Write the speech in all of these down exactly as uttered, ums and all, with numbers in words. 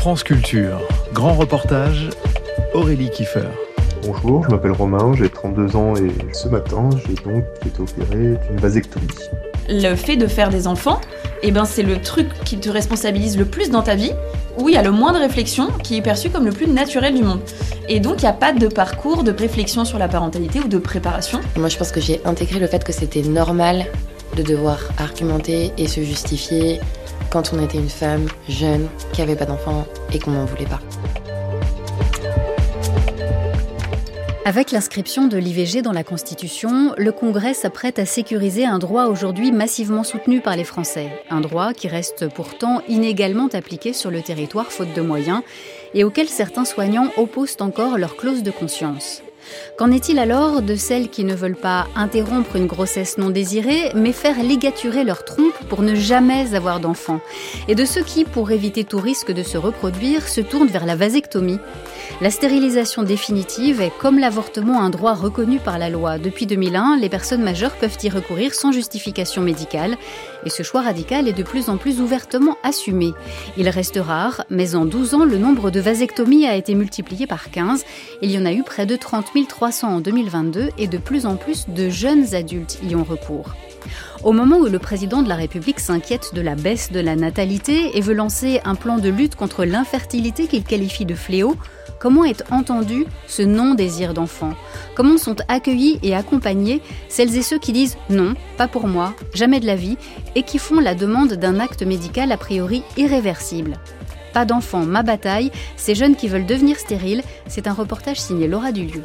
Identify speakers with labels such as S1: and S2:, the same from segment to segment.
S1: France Culture, grand reportage, Aurélie Kiefer.
S2: Bonjour, je m'appelle Romain, j'ai trente-deux ans et ce matin, j'ai donc été opéré d'une vasectomie.
S3: Le fait de faire des enfants, eh ben c'est le truc qui te responsabilise le plus dans ta vie, où il y a le moins de réflexion, qui est perçu comme le plus naturel du monde. Et donc il n'y a pas de parcours de réflexion sur la parentalité ou de préparation.
S4: Moi je pense que j'ai intégré le fait que c'était normal de devoir argumenter et se justifier quand on était une femme jeune, qui n'avait pas d'enfant et qu'on n'en voulait pas.
S5: Avec l'inscription de l'I V G dans la Constitution, le Congrès s'apprête à sécuriser un droit aujourd'hui massivement soutenu par les Français. Un droit qui reste pourtant inégalement appliqué sur le territoire faute de moyens et auquel certains soignants opposent encore leur clause de conscience. Qu'en est-il alors de celles qui ne veulent pas interrompre une grossesse non désirée, mais faire ligaturer leur trompe pour ne jamais avoir d'enfant? Et de ceux qui, pour éviter tout risque de se reproduire, se tournent vers la vasectomie? La stérilisation définitive est, comme l'avortement, un droit reconnu par la loi. Depuis deux mille un, les personnes majeures peuvent y recourir sans justification médicale. Et ce choix radical est de plus en plus ouvertement assumé. Il reste rare, mais en douze ans, le nombre de vasectomies a été multiplié par quinze. Il y en a eu près de trente mille trois cents en deux mille vingt-deux et de plus en plus de jeunes adultes y ont recours. Au moment où le président de la République s'inquiète de la baisse de la natalité et veut lancer un plan de lutte contre l'infertilité qu'il qualifie de fléau, comment est entendu ce non-désir d'enfant? Comment sont accueillis et accompagnés celles et ceux qui disent « non, pas pour moi, jamais de la vie » et qui font la demande d'un acte médical a priori irréversible? Pas d'enfant, ma bataille, ces jeunes qui veulent devenir stériles, c'est un reportage signé Laura Dulieu.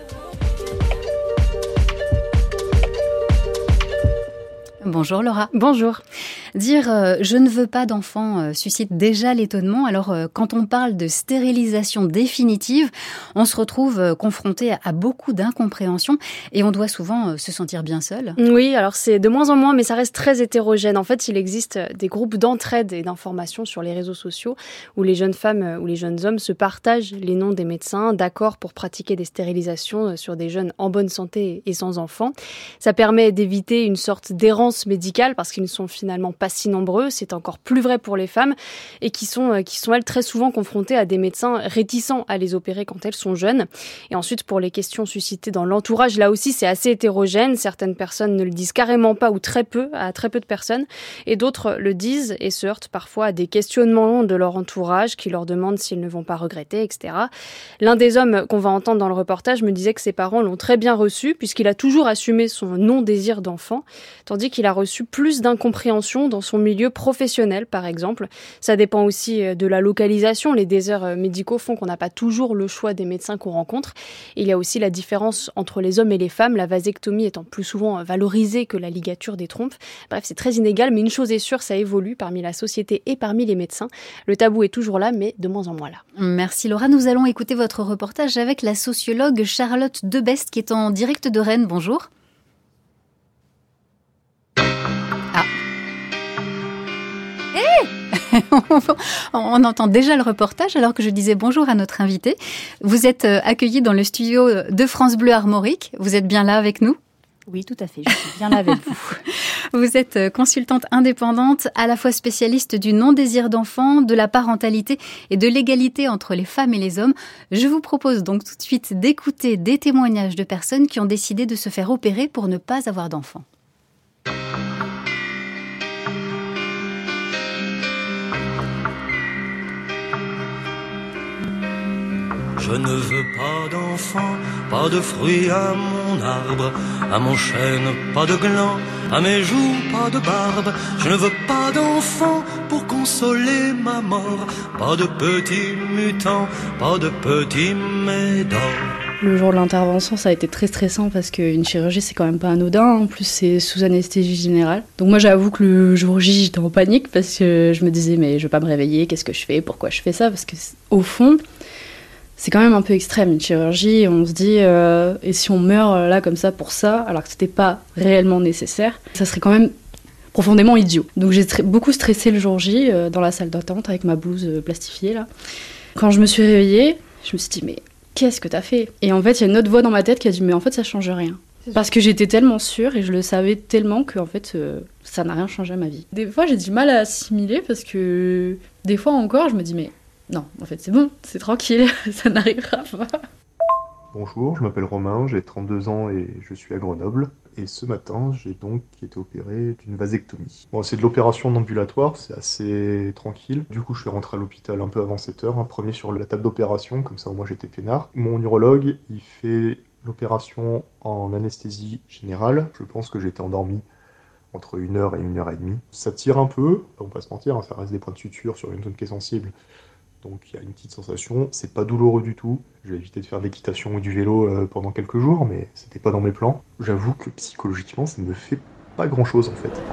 S5: Bonjour Laura.
S6: Bonjour.
S5: Dire euh, « je ne veux pas d'enfant euh, » suscite déjà l'étonnement. Alors euh, quand on parle de stérilisation définitive, on se retrouve euh, confronté à, à beaucoup d'incompréhension et on doit souvent euh, se sentir bien seul.
S6: Oui, alors c'est de moins en moins, mais ça reste très hétérogène. En fait, il existe des groupes d'entraide et d'information sur les réseaux sociaux où les jeunes femmes ou les jeunes hommes se partagent les noms des médecins d'accord pour pratiquer des stérilisations sur des jeunes en bonne santé et sans enfants. Ça permet d'éviter une sorte d'errance médicale parce qu'ils ne sont finalement pas si nombreux, c'est encore plus vrai pour les femmes et qui sont, qui sont elles très souvent confrontées à des médecins réticents à les opérer quand elles sont jeunes. Et ensuite pour les questions suscitées dans l'entourage, là aussi c'est assez hétérogène, certaines personnes ne le disent carrément pas ou très peu, à très peu de personnes et d'autres le disent et se heurtent parfois à des questionnements de leur entourage qui leur demandent s'ils ne vont pas regretter, et cetera. L'un des hommes qu'on va entendre dans le reportage me disait que ses parents l'ont très bien reçu puisqu'il a toujours assumé son non-désir d'enfant, tandis qu'il a reçu plus d'incompréhension dans son milieu professionnel, par exemple. Ça dépend aussi de la localisation. Les déserts médicaux font qu'on n'a pas toujours le choix des médecins qu'on rencontre. Il y a aussi la différence entre les hommes et les femmes, la vasectomie étant plus souvent valorisée que la ligature des trompes. Bref, c'est très inégal, mais une chose est sûre, ça évolue parmi la société et parmi les médecins. Le tabou est toujours là, mais de moins en moins là.
S5: Merci Laura. Nous allons écouter votre reportage avec la sociologue Charlotte Debest qui est en direct de Rennes. Bonjour. On entend déjà le reportage alors que je disais bonjour à notre invité. Vous êtes accueilli dans le studio de France Bleu Armorique. Vous êtes bien là avec nous ?
S7: Oui, tout à fait. Je suis bien là avec vous.
S5: Vous êtes consultante indépendante, à la fois spécialiste du non-désir d'enfant, de la parentalité et de l'égalité entre les femmes et les hommes. Je vous propose donc tout de suite d'écouter des témoignages de personnes qui ont décidé de se faire opérer pour ne pas avoir d'enfant.
S8: Je ne veux pas d'enfant, pas de fruits à mon arbre, à mon chêne, pas de gland, à mes joues, pas de barbe. Je ne veux pas d'enfant pour consoler ma mort, pas de petits mutants, pas de petits médors.
S7: Le jour de l'intervention, ça a été très stressant parce qu'une chirurgie, c'est quand même pas anodin. En plus, c'est sous anesthésie générale. Donc moi, j'avoue que le jour J, j'étais en panique parce que je me disais, mais je vais pas me réveiller, qu'est-ce que je fais, pourquoi je fais ça? Parce que au fond, c'est quand même un peu extrême, une chirurgie. On se dit, euh, et si on meurt là comme ça pour ça, alors que c'était pas réellement nécessaire, ça serait quand même profondément idiot. Donc j'ai tr- beaucoup stressé le jour J euh, dans la salle d'attente avec ma blouse euh, plastifiée là. Quand je me suis réveillée, je me suis dit, mais qu'est-ce que t'as fait? Et en fait, il y a une autre voix dans ma tête qui a dit, mais en fait, ça change rien. Parce que j'étais tellement sûre et je le savais tellement que en fait, euh, ça n'a rien changé à ma vie. Des fois, j'ai du mal à assimiler parce que des fois encore, je me dis, mais non, en fait c'est bon, c'est tranquille, ça n'arrivera pas.
S2: Bonjour, je m'appelle Romain, j'ai trente-deux ans et je suis à Grenoble. Et ce matin, j'ai donc été opéré d'une vasectomie. Bon, c'est de l'opération en ambulatoire, c'est assez tranquille. Du coup, je suis rentré à l'hôpital un peu avant sept heures, hein, premier sur la table d'opération, comme ça au moins j'étais peinard. Mon urologue, il fait l'opération en anesthésie générale. Je pense que j'étais endormi entre une heure et une heure et demie. Ça tire un peu, on va pas se mentir, hein, ça reste des points de suture sur une zone qui est sensible. Donc il y a une petite sensation, c'est pas douloureux du tout. J'ai évité de faire de l'équitation ou du vélo euh, pendant quelques jours, mais c'était pas dans mes plans. J'avoue que psychologiquement, ça ne me fait pas grand chose en fait.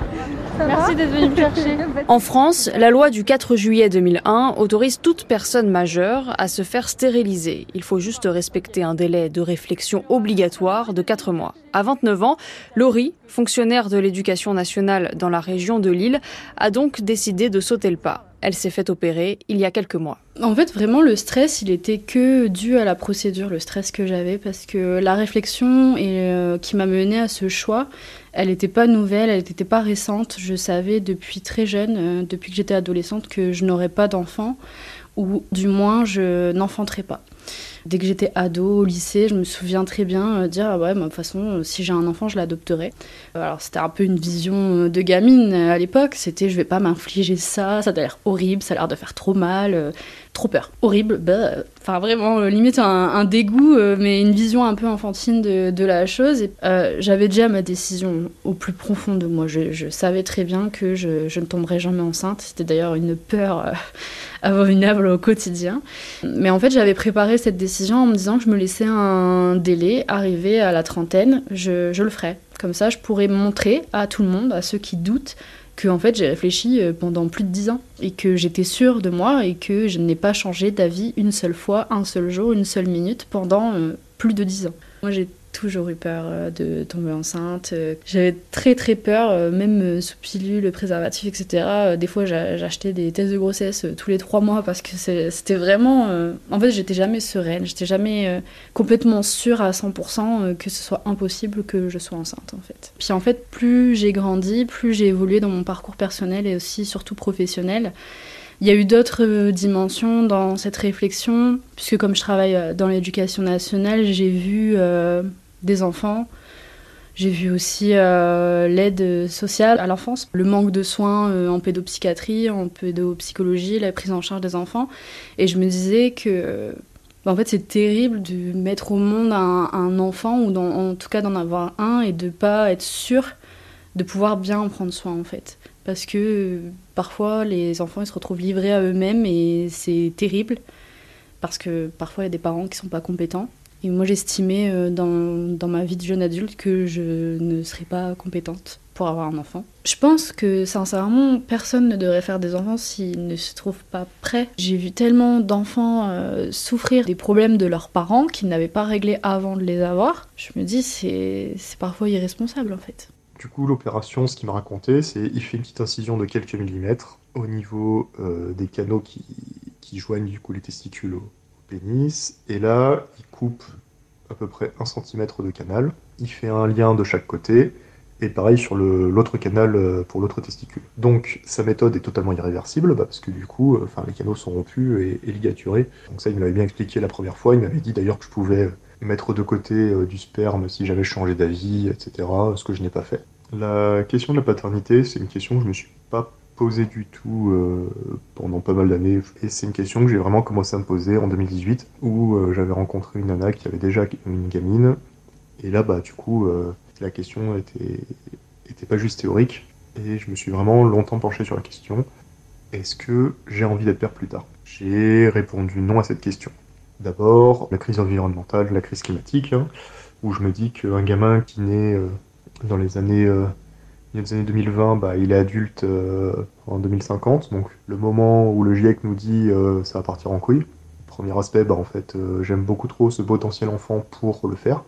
S6: Merci d'être venu me chercher. En France, la loi du quatre juillet deux mille un autorise toute personne majeure à se faire stériliser. Il faut juste respecter un délai de réflexion obligatoire de quatre mois. À vingt-neuf ans, Laurie, fonctionnaire de l'éducation nationale dans la région de Lille, a donc décidé de sauter le pas. Elle s'est fait opérer il y a quelques mois.
S7: En fait, vraiment, le stress, il était que dû à la procédure, le stress que j'avais, parce que la réflexion et, euh, qui m'a menée à ce choix, elle n'était pas nouvelle, elle n'était pas récente. Je savais depuis très jeune, euh, depuis que j'étais adolescente, que je n'aurais pas d'enfant, ou du moins, je n'enfanterais pas. Dès que j'étais ado, au lycée, je me souviens très bien euh, dire ah ouais, de toute façon, euh, si j'ai un enfant, je l'adopterai. Alors c'était un peu une vision de gamine euh, à l'époque. C'était je vais pas m'infliger ça, ça a l'air horrible, ça a l'air de faire trop mal, euh, trop peur. Horrible, bah, enfin vraiment euh, limite un, un dégoût, euh, mais une vision un peu enfantine de, de la chose. Et, euh, j'avais déjà ma décision au plus profond de moi. Je, je savais très bien que je, je ne tomberais jamais enceinte. C'était d'ailleurs une peur euh, abominable au quotidien. Mais en fait, j'avais préparé cette décision en me disant que je me laissais un délai, arrivé à la trentaine, je, je le ferais. Comme ça, je pourrais montrer à tout le monde, à ceux qui doutent, que en fait, j'ai réfléchi pendant plus de dix ans et que j'étais sûre de moi et que je n'ai pas changé d'avis une seule fois, un seul jour, une seule minute pendant euh, plus de dix ans. Moi, j'ai toujours eu peur euh, de tomber enceinte. Euh, j'avais très très peur, euh, même euh, sous pilule, préservatif, et cetera. Euh, des fois, j'a- j'achetais des tests de grossesse euh, tous les trois mois parce que c'est- c'était vraiment... euh, En fait, j'étais jamais sereine, j'étais jamais euh, complètement sûre à cent pour cent euh, que ce soit impossible que je sois enceinte, en fait. Puis en fait, plus j'ai grandi, plus j'ai évolué dans mon parcours personnel et aussi surtout professionnel. Il y a eu d'autres euh, dimensions dans cette réflexion, puisque comme je travaille euh, dans l'éducation nationale, j'ai vu euh, des enfants, j'ai vu aussi euh, l'aide sociale à l'enfance, le manque de soins euh, en pédopsychiatrie, en pédopsychologie, la prise en charge des enfants. Et je me disais que euh, en fait, c'est terrible de mettre au monde un, un enfant, ou dans, en tout cas d'en avoir un, et de pas être sûr de pouvoir bien en prendre soin, en fait. Parce que euh, parfois, les enfants ils se retrouvent livrés à eux-mêmes et c'est terrible. Parce que parfois, il y a des parents qui ne sont pas compétents. Et moi, j'estimais euh, dans, dans ma vie de jeune adulte que je ne serais pas compétente pour avoir un enfant. Je pense que, sincèrement, personne ne devrait faire des enfants s'il ne se trouve pas prêt. J'ai vu tellement d'enfants euh, souffrir des problèmes de leurs parents qu'ils n'avaient pas réglés avant de les avoir. Je me dis, c'est, c'est parfois irresponsable, en fait.
S2: Du coup, l'opération, ce qu'il m'a raconté, c'est il fait une petite incision de quelques millimètres au niveau euh, des canaux qui, qui joignent du coup les testicules au pénis. Et là, il coupe à peu près un centimètre de canal. Il fait un lien de chaque côté. Et pareil sur le, l'autre canal euh, pour l'autre testicule. Donc sa méthode est totalement irréversible, bah, parce que du coup, euh, les canaux sont rompus et, et ligaturés. Donc ça, il me l'avait bien expliqué la première fois. Il m'avait dit d'ailleurs que je pouvais mettre de côté euh, du sperme si j'avais changé d'avis, et cetera. Ce que je n'ai pas fait. La question de la paternité, c'est une question que je me suis pas posée du tout euh, pendant pas mal d'années. Et c'est une question que j'ai vraiment commencé à me poser en deux mille dix-huit, où euh, j'avais rencontré une nana qui avait déjà une gamine. Et là, bah, du coup, euh, la question était, était pas juste théorique. Et je me suis vraiment longtemps penché sur la question. Est-ce que j'ai envie d'être père plus tard ? J'ai répondu non à cette question. D'abord, la crise environnementale, la crise climatique, hein, où je me dis qu'un gamin qui naît euh, dans les années, euh, les années deux mille vingt, bah, il est adulte euh, en deux mille cinquante. Donc le moment où le GIEC nous dit euh, ça va partir en couille. Premier aspect, bah, en fait, euh, j'aime beaucoup trop ce potentiel enfant pour le faire.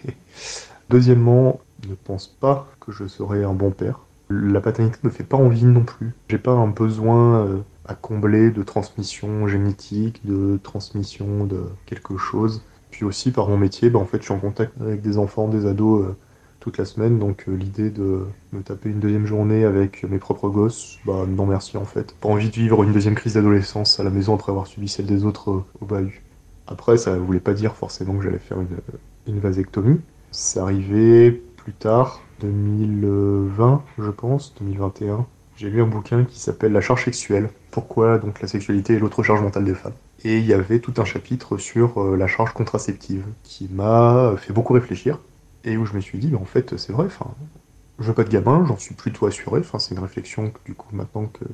S2: Deuxièmement, je ne pense pas que je serai un bon père. La paternité ne me fait pas envie non plus. J'ai pas un besoin euh, à combler de transmission génétique, de transmission de quelque chose. Puis aussi, par mon métier, bah, en fait, je suis en contact avec des enfants, des ados euh, toute la semaine, donc euh, l'idée de me taper une deuxième journée avec mes propres gosses, bah non merci en fait. Pas envie de vivre une deuxième crise d'adolescence à la maison après avoir subi celle des autres euh, au bahut. Après, ça voulait pas dire forcément que j'allais faire une, une vasectomie. C'est arrivé plus tard, deux mille vingt je pense, deux mille vingt et un. J'ai lu un bouquin qui s'appelle La charge sexuelle. Pourquoi donc la sexualité est l'autre charge mentale des femmes. Et il y avait tout un chapitre sur euh, la charge contraceptive qui m'a fait beaucoup réfléchir et où je me suis dit, mais en fait c'est vrai, enfin, je veux pas de gamin, j'en suis plutôt assuré, enfin, c'est une réflexion que, du coup maintenant que,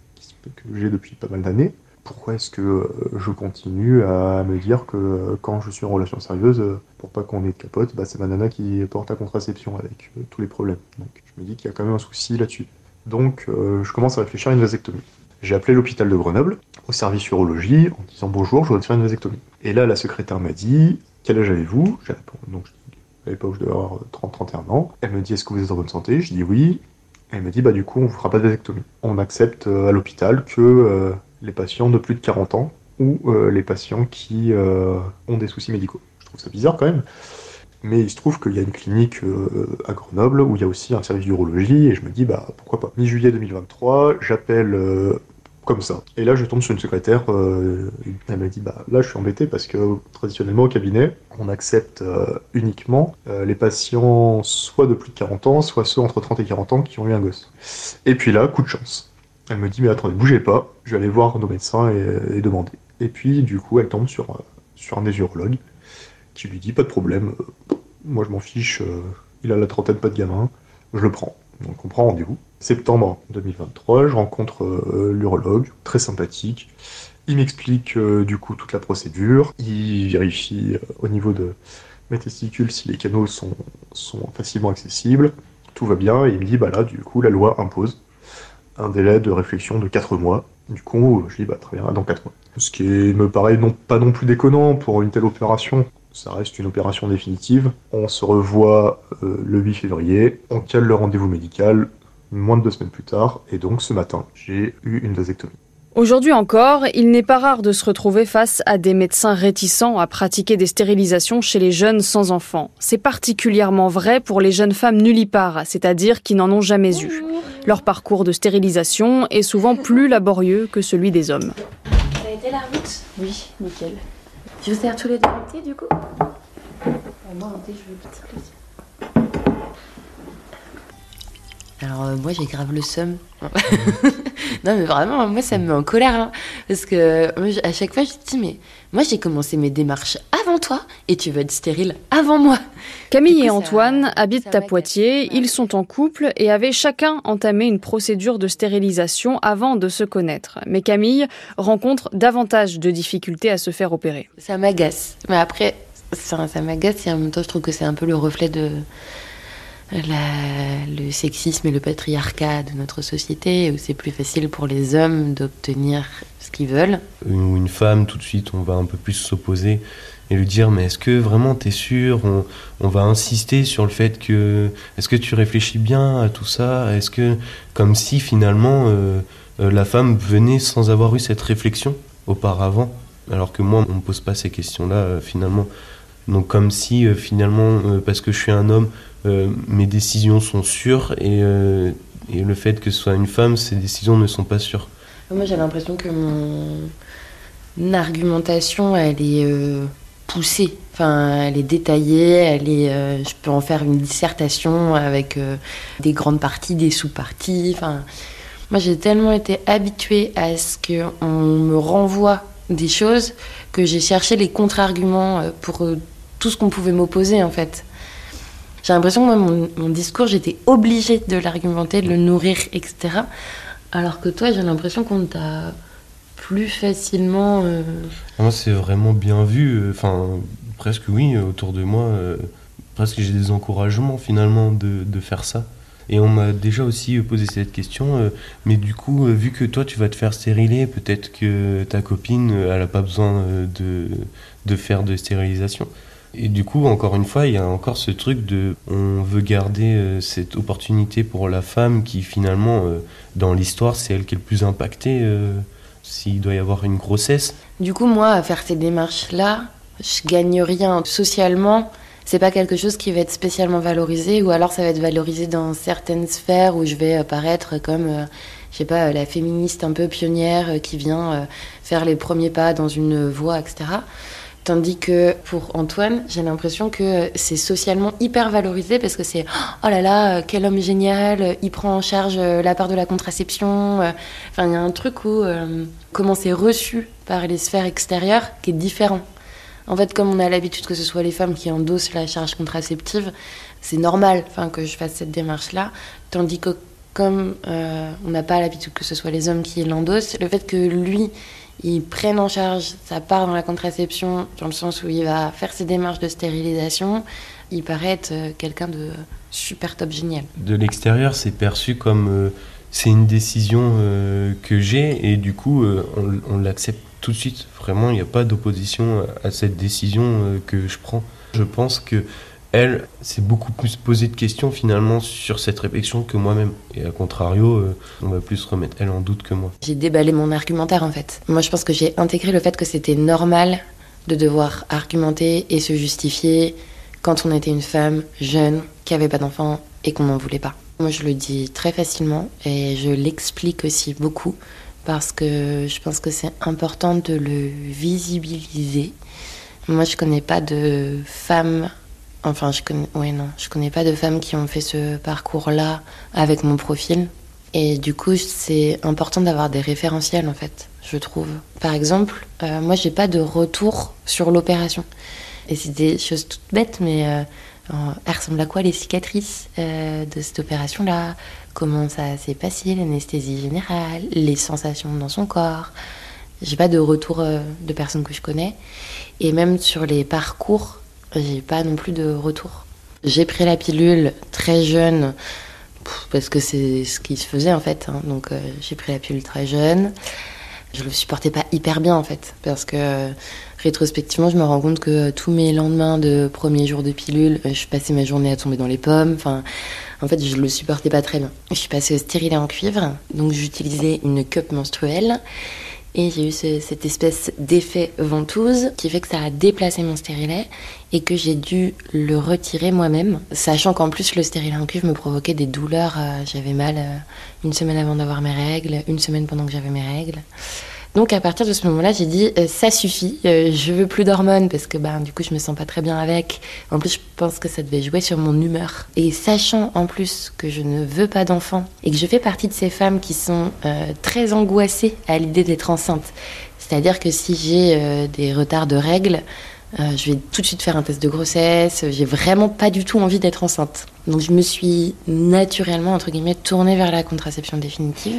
S2: que j'ai depuis pas mal d'années. Pourquoi est-ce que euh, je continue à me dire que euh, quand je suis en relation sérieuse, euh, pour pas qu'on ait de capote, bah, c'est ma nana qui porte la contraception avec euh, tous les problèmes. Donc je me dis qu'il y a quand même un souci là-dessus. Donc euh, je commence à réfléchir à une vasectomie. J'ai appelé l'hôpital de Grenoble, au service urologie, en disant bonjour, je voudrais faire une vasectomie. Et là, la secrétaire m'a dit, quel âge avez-vous? J'ai répondu, donc à l'époque je devais avoir trente à trente et un ans. Elle me dit, est-ce que vous êtes en bonne santé? Je dis oui. Elle me dit, bah du coup, on vous fera pas de vasectomie. On accepte euh, à l'hôpital que euh, les patients de plus de quarante ans ou euh, les patients qui euh, ont des soucis médicaux. Je trouve ça bizarre quand même. Mais il se trouve qu'il y a une clinique euh, à Grenoble où il y a aussi un service d'urologie et je me dis, bah pourquoi pas. Mi-juillet deux mille vingt-trois, j'appelle euh, comme ça. Et là, je tombe sur une secrétaire, euh, elle m'a dit, bah là, je suis embêté parce que traditionnellement au cabinet, on accepte euh, uniquement euh, les patients soit de plus de quarante ans, soit ceux entre trente et quarante ans qui ont eu un gosse. Et puis là, coup de chance. Elle me dit, mais attendez, bougez pas, je vais aller voir nos médecins et, et demander. Et puis, du coup, elle tombe sur, euh, sur un des urologues qui lui dit, pas de problème, euh, moi je m'en fiche, euh, il a la trentaine, pas de gamin, je le prends. Donc on prend rendez-vous. Septembre deux mille vingt-trois, je rencontre euh, l'urologue, très sympathique. Il m'explique euh, du coup toute la procédure. Il vérifie euh, au niveau de mes testicules si les canaux sont, sont facilement accessibles. Tout va bien et il me dit, bah là, du coup, la loi impose un délai de réflexion de quatre mois. Du coup, je dis, bah très bien, dans quatre mois. Ce qui est, me paraît non, pas non plus déconnant pour une telle opération. Ça reste une opération définitive. On se revoit euh, le huit février, on cale le rendez-vous médical moins de deux semaines plus tard, et donc ce matin, j'ai eu une vasectomie.
S6: Aujourd'hui encore, il n'est pas rare de se retrouver face à des médecins réticents à pratiquer des stérilisations chez les jeunes sans enfants. C'est particulièrement vrai pour les jeunes femmes nullipares, c'est-à-dire qui n'en ont jamais eu. Leur parcours de stérilisation est souvent plus laborieux que celui des hommes.
S4: Ça a été la route? Oui, nickel. Tu veux faire tous les deux un thé du coup? Moi un thé, je veux petit plaisir. Alors euh, moi j'ai grave le seum. Non mais vraiment, moi ça me met en colère. Hein, parce que moi, à chaque fois je te dis, mais moi j'ai commencé mes démarches avant toi et tu veux être stérile avant moi.
S6: Camille
S4: coup,
S6: et Antoine
S4: ça,
S6: habitent
S4: ça
S6: à Poitiers, ils sont en couple et avaient chacun entamé une procédure de stérilisation avant de se connaître. Mais Camille rencontre davantage de difficultés à se faire opérer.
S4: Ça m'agace. Mais après, ça, ça m'agace et en même temps je trouve que c'est un peu le reflet de... La, le sexisme et le patriarcat de notre société, où c'est plus facile pour les hommes d'obtenir ce qu'ils veulent.
S9: Ou une femme, tout de suite, on va un peu plus s'opposer et lui dire, mais est-ce que vraiment t'es sûr? on, on va insister sur le fait que, est-ce que tu réfléchis bien à tout ça? Est-ce que, comme si finalement, euh, euh, la femme venait sans avoir eu cette réflexion auparavant, alors que moi, on me pose pas ces questions-là, euh, finalement. Donc comme si, euh, finalement, euh, parce que je suis un homme, Euh, mes décisions sont sûres et, euh, et le fait que ce soit une femme, ces décisions ne sont pas sûres.
S4: Moi j'ai l'impression que mon argumentation elle est euh, poussée, enfin elle est détaillée, elle est, euh, je peux en faire une dissertation avec euh, des grandes parties, des sous-parties. Enfin, moi j'ai tellement été habituée à ce qu'on me renvoie des choses que j'ai cherché les contre-arguments pour euh, tout ce qu'on pouvait m'opposer en fait. J'ai l'impression que moi, mon, mon discours, j'étais obligée de l'argumenter, de le nourrir, et cetera. Alors que toi, j'ai l'impression qu'on t'a plus facilement... Euh...
S9: Moi, c'est vraiment bien vu. Enfin, presque oui, autour de moi, euh, presque j'ai des encouragements finalement de, de faire ça. Et on m'a déjà aussi posé cette question, euh, mais du coup, euh, vu que toi, tu vas te faire stériler, peut-être que ta copine, elle n'a pas besoin de, de faire de stérilisation. Et du coup, encore une fois, il y a encore ce truc de... On veut garder euh, cette opportunité pour la femme qui, finalement, euh, dans l'histoire, c'est elle qui est le plus impactée euh, s'il doit y avoir une grossesse.
S4: Du coup, moi, à faire ces démarches-là, je gagne rien socialement. c'est pas quelque chose qui va être spécialement valorisé, ou alors ça va être valorisé dans certaines sphères où je vais apparaître comme, euh, je sais pas, la féministe un peu pionnière euh, qui vient euh, faire les premiers pas dans une voie, et cetera. Tandis que pour Antoine, j'ai l'impression que c'est socialement hyper valorisé parce que c'est « Oh là là, quel homme génial, il prend en charge la part de la contraception. » Enfin, il y a un truc où euh, comment c'est reçu par les sphères extérieures qui est différent. En fait, comme on a l'habitude que ce soit les femmes qui endossent la charge contraceptive, c'est normal enfin, que je fasse cette démarche-là. Tandis que comme euh, on n'a pas l'habitude que ce soit les hommes qui l'endossent, le fait que lui... ils prennent en charge sa part dans la contraception, dans le sens où il va faire ses démarches de stérilisation, il paraît être quelqu'un de super top génial.
S9: De l'extérieur, c'est perçu comme euh, c'est une décision euh, que j'ai et du coup, euh, on, on l'accepte tout de suite. Vraiment, il n'y a pas d'opposition à cette décision euh, que je prends. Je pense que elle s'est beaucoup plus posé de questions finalement sur cette réflexion que moi-même. Et à contrario, euh, on va plus remettre elle en doute que moi.
S4: J'ai déballé mon argumentaire en fait. Moi je pense que j'ai intégré le fait que c'était normal de devoir argumenter et se justifier quand on était une femme jeune, qui avait pas d'enfant et qu'on n'en voulait pas. Moi je le dis très facilement et je l'explique aussi beaucoup parce que je pense que c'est important de le visibiliser. Moi je connais pas de femmes... Enfin, je connais, ouais, non, je connais pas de femmes qui ont fait ce parcours-là avec mon profil. Et du coup, c'est important d'avoir des référentiels, en fait, je trouve. Par exemple, euh, moi, j'ai pas de retour sur l'opération. Et c'est des choses toutes bêtes, mais euh, elles ressemblent à quoi les cicatrices euh, de cette opération-là? Comment ça s'est passé, l'anesthésie générale, les sensations dans son corps? J'ai pas de retour euh, de personnes que je connais. Et même sur les parcours, j'ai pas non plus de retour. J'ai pris la pilule très jeune, parce que c'est ce qui se faisait en fait. Hein. Donc euh, j'ai pris la pilule très jeune. Je le supportais pas hyper bien en fait, parce que euh, rétrospectivement, je me rends compte que tous mes lendemains de premier jour de pilule, je passais ma journée à tomber dans les pommes. Enfin, en fait, je le supportais pas très bien. Je suis passée au stérilet en cuivre, donc j'utilisais une cup menstruelle. Et j'ai eu ce, cette espèce d'effet ventouse qui fait que ça a déplacé mon stérilet et que j'ai dû le retirer moi-même, sachant qu'en plus le stérilet en cuivre me provoquait des douleurs. Euh, j'avais mal euh, une semaine avant d'avoir mes règles, une semaine pendant que j'avais mes règles. Donc à partir de ce moment-là, j'ai dit euh, ça suffit, euh, je veux plus d'hormones parce que bah, du coup je me sens pas très bien avec. En plus je pense que ça devait jouer sur mon humeur. Et sachant en plus que je ne veux pas d'enfants et que je fais partie de ces femmes qui sont euh, très angoissées à l'idée d'être enceinte. C'est-à-dire que si j'ai euh, des retards de règles, euh, je vais tout de suite faire un test de grossesse, j'ai vraiment pas du tout envie d'être enceinte. Donc je me suis naturellement, entre guillemets, tournée vers la contraception définitive.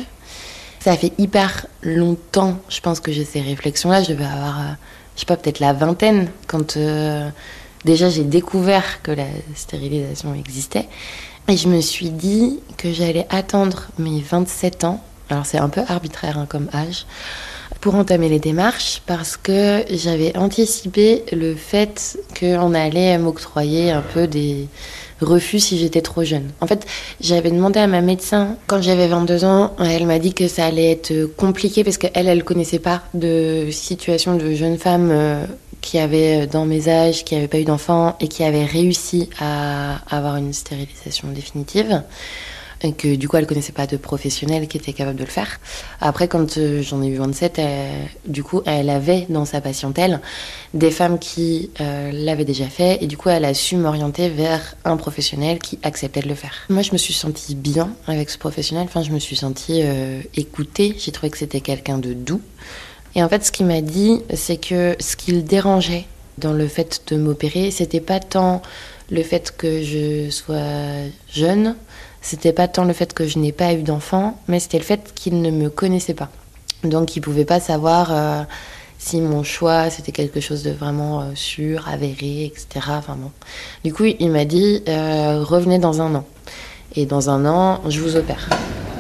S4: Ça fait hyper longtemps, je pense que j'ai ces réflexions-là. Je devais avoir, euh, je sais pas, peut-être la vingtaine, quand euh, déjà j'ai découvert que la stérilisation existait. Et je me suis dit que j'allais attendre mes vingt-sept ans, alors c'est un peu arbitraire hein, comme âge, pour entamer les démarches, parce que j'avais anticipé le fait qu'on allait m'octroyer un peu des... refus si j'étais trop jeune. En fait, j'avais demandé à ma médecin quand j'avais vingt-deux ans, elle m'a dit que ça allait être compliqué parce qu'elle, elle connaissait pas de situation de jeune femme euh, qui avait dans mes âges, qui avait pas eu d'enfant et qui avait réussi à avoir une stérilisation définitive. Et que du coup elle connaissait pas de professionnel qui était capable de le faire. Après quand euh, j'en ai eu vingt-sept, elle, du coup elle avait dans sa patientèle des femmes qui euh, l'avaient déjà fait et du coup elle a su m'orienter vers un professionnel qui acceptait de le faire. Moi je me suis sentie bien avec ce professionnel, enfin je me suis sentie euh, écoutée, j'ai trouvé que c'était quelqu'un de doux. Et en fait ce qu'il m'a dit c'est que ce qui le dérangeait dans le fait de m'opérer, c'était pas tant le fait que je sois jeune, c'était pas tant le fait que je n'ai pas eu d'enfant, mais c'était le fait qu'il ne me connaissait pas. Donc il pouvait pas savoir euh, si mon choix c'était quelque chose de vraiment euh, sûr, avéré, et cetera. Enfin bon. Du coup il m'a dit euh, revenez dans un an. Et dans un an, je vous opère.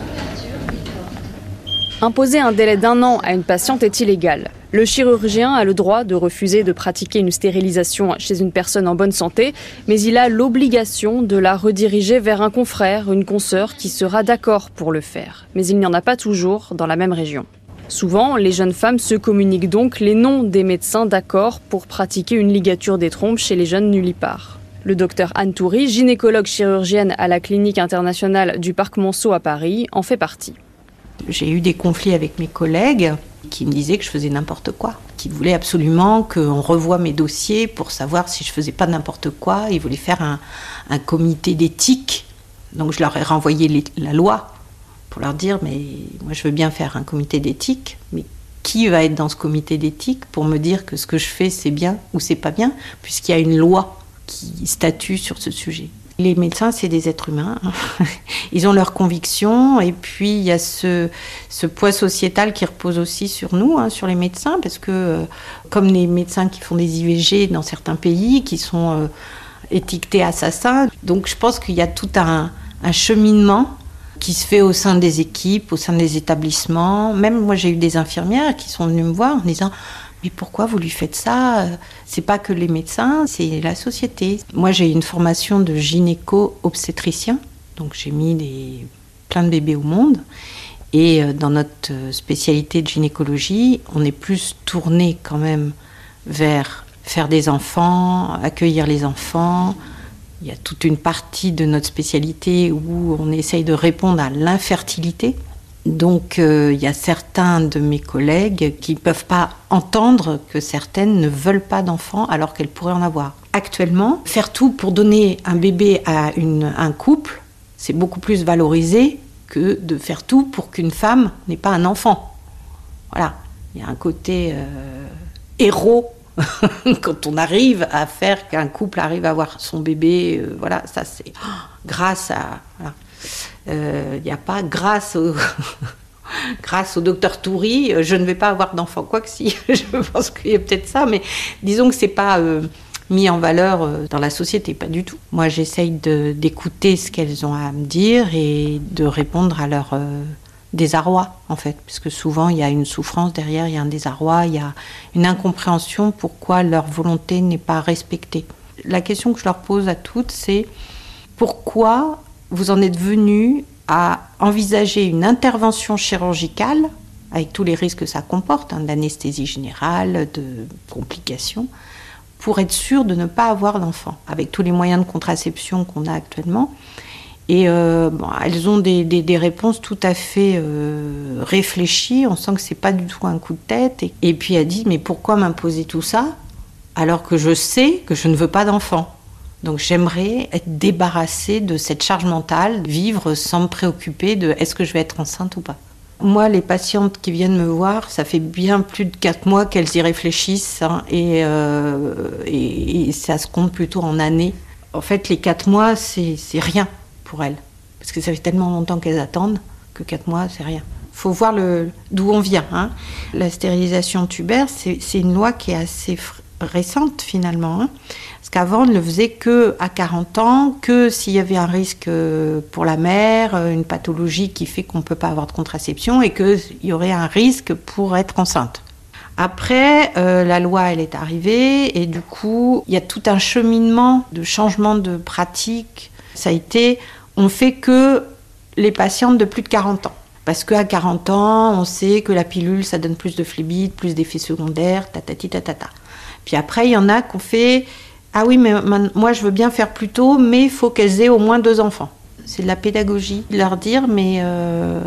S6: Imposer un délai d'un an à une patiente est illégal. Le chirurgien a le droit de refuser de pratiquer une stérilisation chez une personne en bonne santé, mais il a l'obligation de la rediriger vers un confrère, une consoeur qui sera d'accord pour le faire. Mais il n'y en a pas toujours dans la même région. Souvent, les jeunes femmes se communiquent donc les noms des médecins d'accord pour pratiquer une ligature des trompes chez les jeunes nullipares. Le docteur Anne Toury, gynécologue chirurgienne à la clinique internationale du Parc Monceau à Paris, en fait partie.
S10: J'ai eu des conflits avec mes collègues qui me disaient que je faisais n'importe quoi, qui voulaient absolument qu'on revoie mes dossiers pour savoir si je faisais pas n'importe quoi. Ils voulaient faire un, un comité d'éthique. Donc je leur ai renvoyé les, la loi pour leur dire, mais moi je veux bien faire un comité d'éthique, mais qui va être dans ce comité d'éthique pour me dire que ce que je fais c'est bien ou c'est pas bien, puisqu'il y a une loi qui statue sur ce sujet. Les médecins, c'est des êtres humains. Ils ont leurs convictions et puis il y a ce, ce poids sociétal qui repose aussi sur nous, hein, sur les médecins, parce que euh, comme les médecins qui font des I V G dans certains pays, qui sont euh, étiquetés assassins, donc je pense qu'il y a tout un, un cheminement qui se fait au sein des équipes, au sein des établissements. Même moi, j'ai eu des infirmières qui sont venues me voir en disant « Mais pourquoi vous lui faites ça ? C'est pas que les médecins, c'est la société. » Moi, j'ai une formation de gynéco-obstétricien, donc j'ai mis des, plein de bébés au monde. Et dans notre spécialité de gynécologie, on est plus tourné quand même vers faire des enfants, accueillir les enfants. Il y a toute une partie de notre spécialité où on essaye de répondre à l'infertilité. Donc euh, il y a certains de mes collègues qui ne peuvent pas entendre que certaines ne veulent pas d'enfants alors qu'elles pourraient en avoir. Actuellement, faire tout pour donner un bébé à une, un couple, c'est beaucoup plus valorisé que de faire tout pour qu'une femme n'ait pas un enfant. Voilà, il y a un côté euh, héros quand on arrive à faire qu'un couple arrive à avoir son bébé, euh, voilà, ça c'est oh, grâce à... Il voilà. n'y euh, a pas grâce au, grâce au docteur Toury, je ne vais pas avoir d'enfant. Quoi que si, je pense qu'il y a peut-être ça, mais disons que ce n'est pas euh, mis en valeur euh, dans la société, pas du tout. Moi, j'essaye de, d'écouter ce qu'elles ont à me dire et de répondre à leur euh, désarroi, en fait. Parce que souvent, il y a une souffrance derrière, il y a un désarroi, il y a une incompréhension pourquoi leur volonté n'est pas respectée. La question que je leur pose à toutes, c'est pourquoi vous en êtes venus à envisager une intervention chirurgicale, avec tous les risques que ça comporte, hein, d'anesthésie générale, de complications, pour être sûr de ne pas avoir d'enfant, avec tous les moyens de contraception qu'on a actuellement. Et euh, bon, elles ont des, des, des réponses tout à fait euh, réfléchies, on sent que c'est pas du tout un coup de tête. Et, et puis elle dit, mais pourquoi m'imposer tout ça, alors que je sais que je ne veux pas d'enfant ? Donc j'aimerais être débarrassée de cette charge mentale, vivre sans me préoccuper de est-ce que je vais être enceinte ou pas. Moi, les patientes qui viennent me voir, ça fait bien plus de quatre mois qu'elles y réfléchissent, hein, et, euh, et, et ça se compte plutôt en années. En fait, les quatre mois, c'est, c'est rien pour elles, parce que ça fait tellement longtemps qu'elles attendent que quatre mois, c'est rien. Il faut voir le, d'où on vient. Hein. La stérilisation tubaire, c'est, c'est une loi qui est assez fr- récente finalement, hein. Parce qu'avant on ne le faisait qu'à quarante ans, que s'il y avait un risque pour la mère, une pathologie qui fait qu'on ne peut pas avoir de contraception et qu'il y aurait un risque pour être enceinte. Après, euh, la loi elle est arrivée et du coup il y a tout un cheminement de changement de pratique. Ça a été, on fait que les patientes de plus de quarante ans. Parce qu'à quarante ans, on sait que la pilule ça donne plus de phlébite, plus d'effets secondaires, tatati tatata. Puis après, il y en a qui ont fait « Ah oui, mais moi, je veux bien faire plus tôt, mais il faut qu'elles aient au moins deux enfants. » C'est de la pédagogie, de leur dire, mais euh,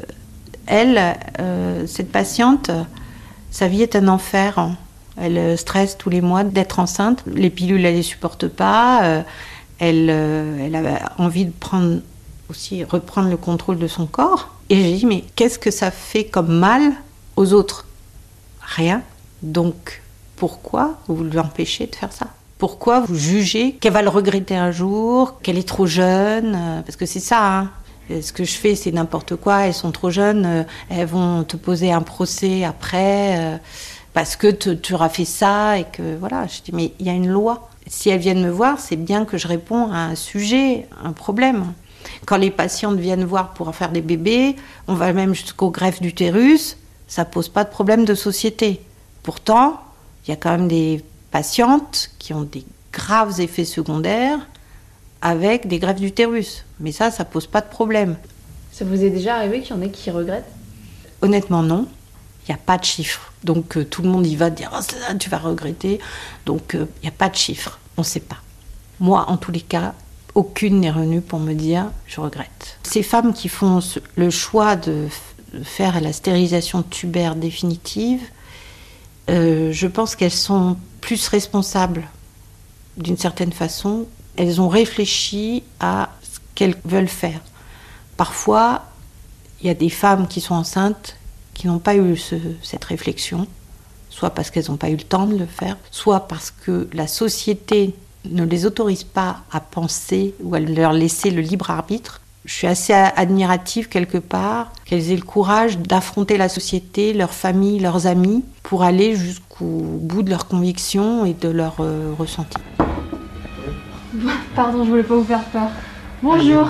S10: elle, euh, cette patiente, sa vie est un enfer. Hein. Elle stresse tous les mois d'être enceinte. Les pilules, elle ne les supporte pas. Euh, elle, euh, elle a envie de prendre aussi, reprendre le contrôle de son corps. Et j'ai dit, mais qu'est-ce que ça fait comme mal aux autres ? Rien. Donc... pourquoi vous l'empêchez de faire ça ? Pourquoi vous jugez qu'elle va le regretter un jour, qu'elle est trop jeune ? Parce que c'est ça, hein. Ce que je fais, c'est n'importe quoi. Elles sont trop jeunes, elles vont te poser un procès après parce que tu auras fait ça et que voilà. Je dis, mais il y a une loi. Si elles viennent me voir, c'est bien que je réponds à un sujet, un problème. Quand les patientes viennent voir pour faire des bébés, on va même jusqu'au greffe d'utérus, ça pose pas de problème de société. Pourtant, il y a quand même des patientes qui ont des graves effets secondaires avec des greffes d'utérus. Mais ça, ça pose pas de problème.
S6: Ça vous est déjà arrivé qu'il y en ait qui regrettent ?
S10: Honnêtement, non. Il n'y a pas de chiffres. Donc, euh, tout le monde y va dire « Oh, ça, tu vas regretter ». Donc, il euh, n'y a pas de chiffres. On ne sait pas. Moi, en tous les cas, aucune n'est revenue pour me dire « je regrette ». Ces femmes qui font le choix de faire la stérilisation tubaire définitive, euh, je pense qu'elles sont plus responsables d'une certaine façon. Elles ont réfléchi à ce qu'elles veulent faire. Parfois, il y a des femmes qui sont enceintes qui n'ont pas eu ce, cette réflexion, soit parce qu'elles n'ont pas eu le temps de le faire, soit parce que la société ne les autorise pas à penser ou à leur laisser le libre arbitre. Je suis assez admirative quelque part qu'elles aient le courage d'affronter la société, leur famille, leurs amis, pour aller jusqu'au bout de leurs convictions et de leurs euh, ressentis.
S6: Pardon, je voulais pas vous faire peur. Bonjour.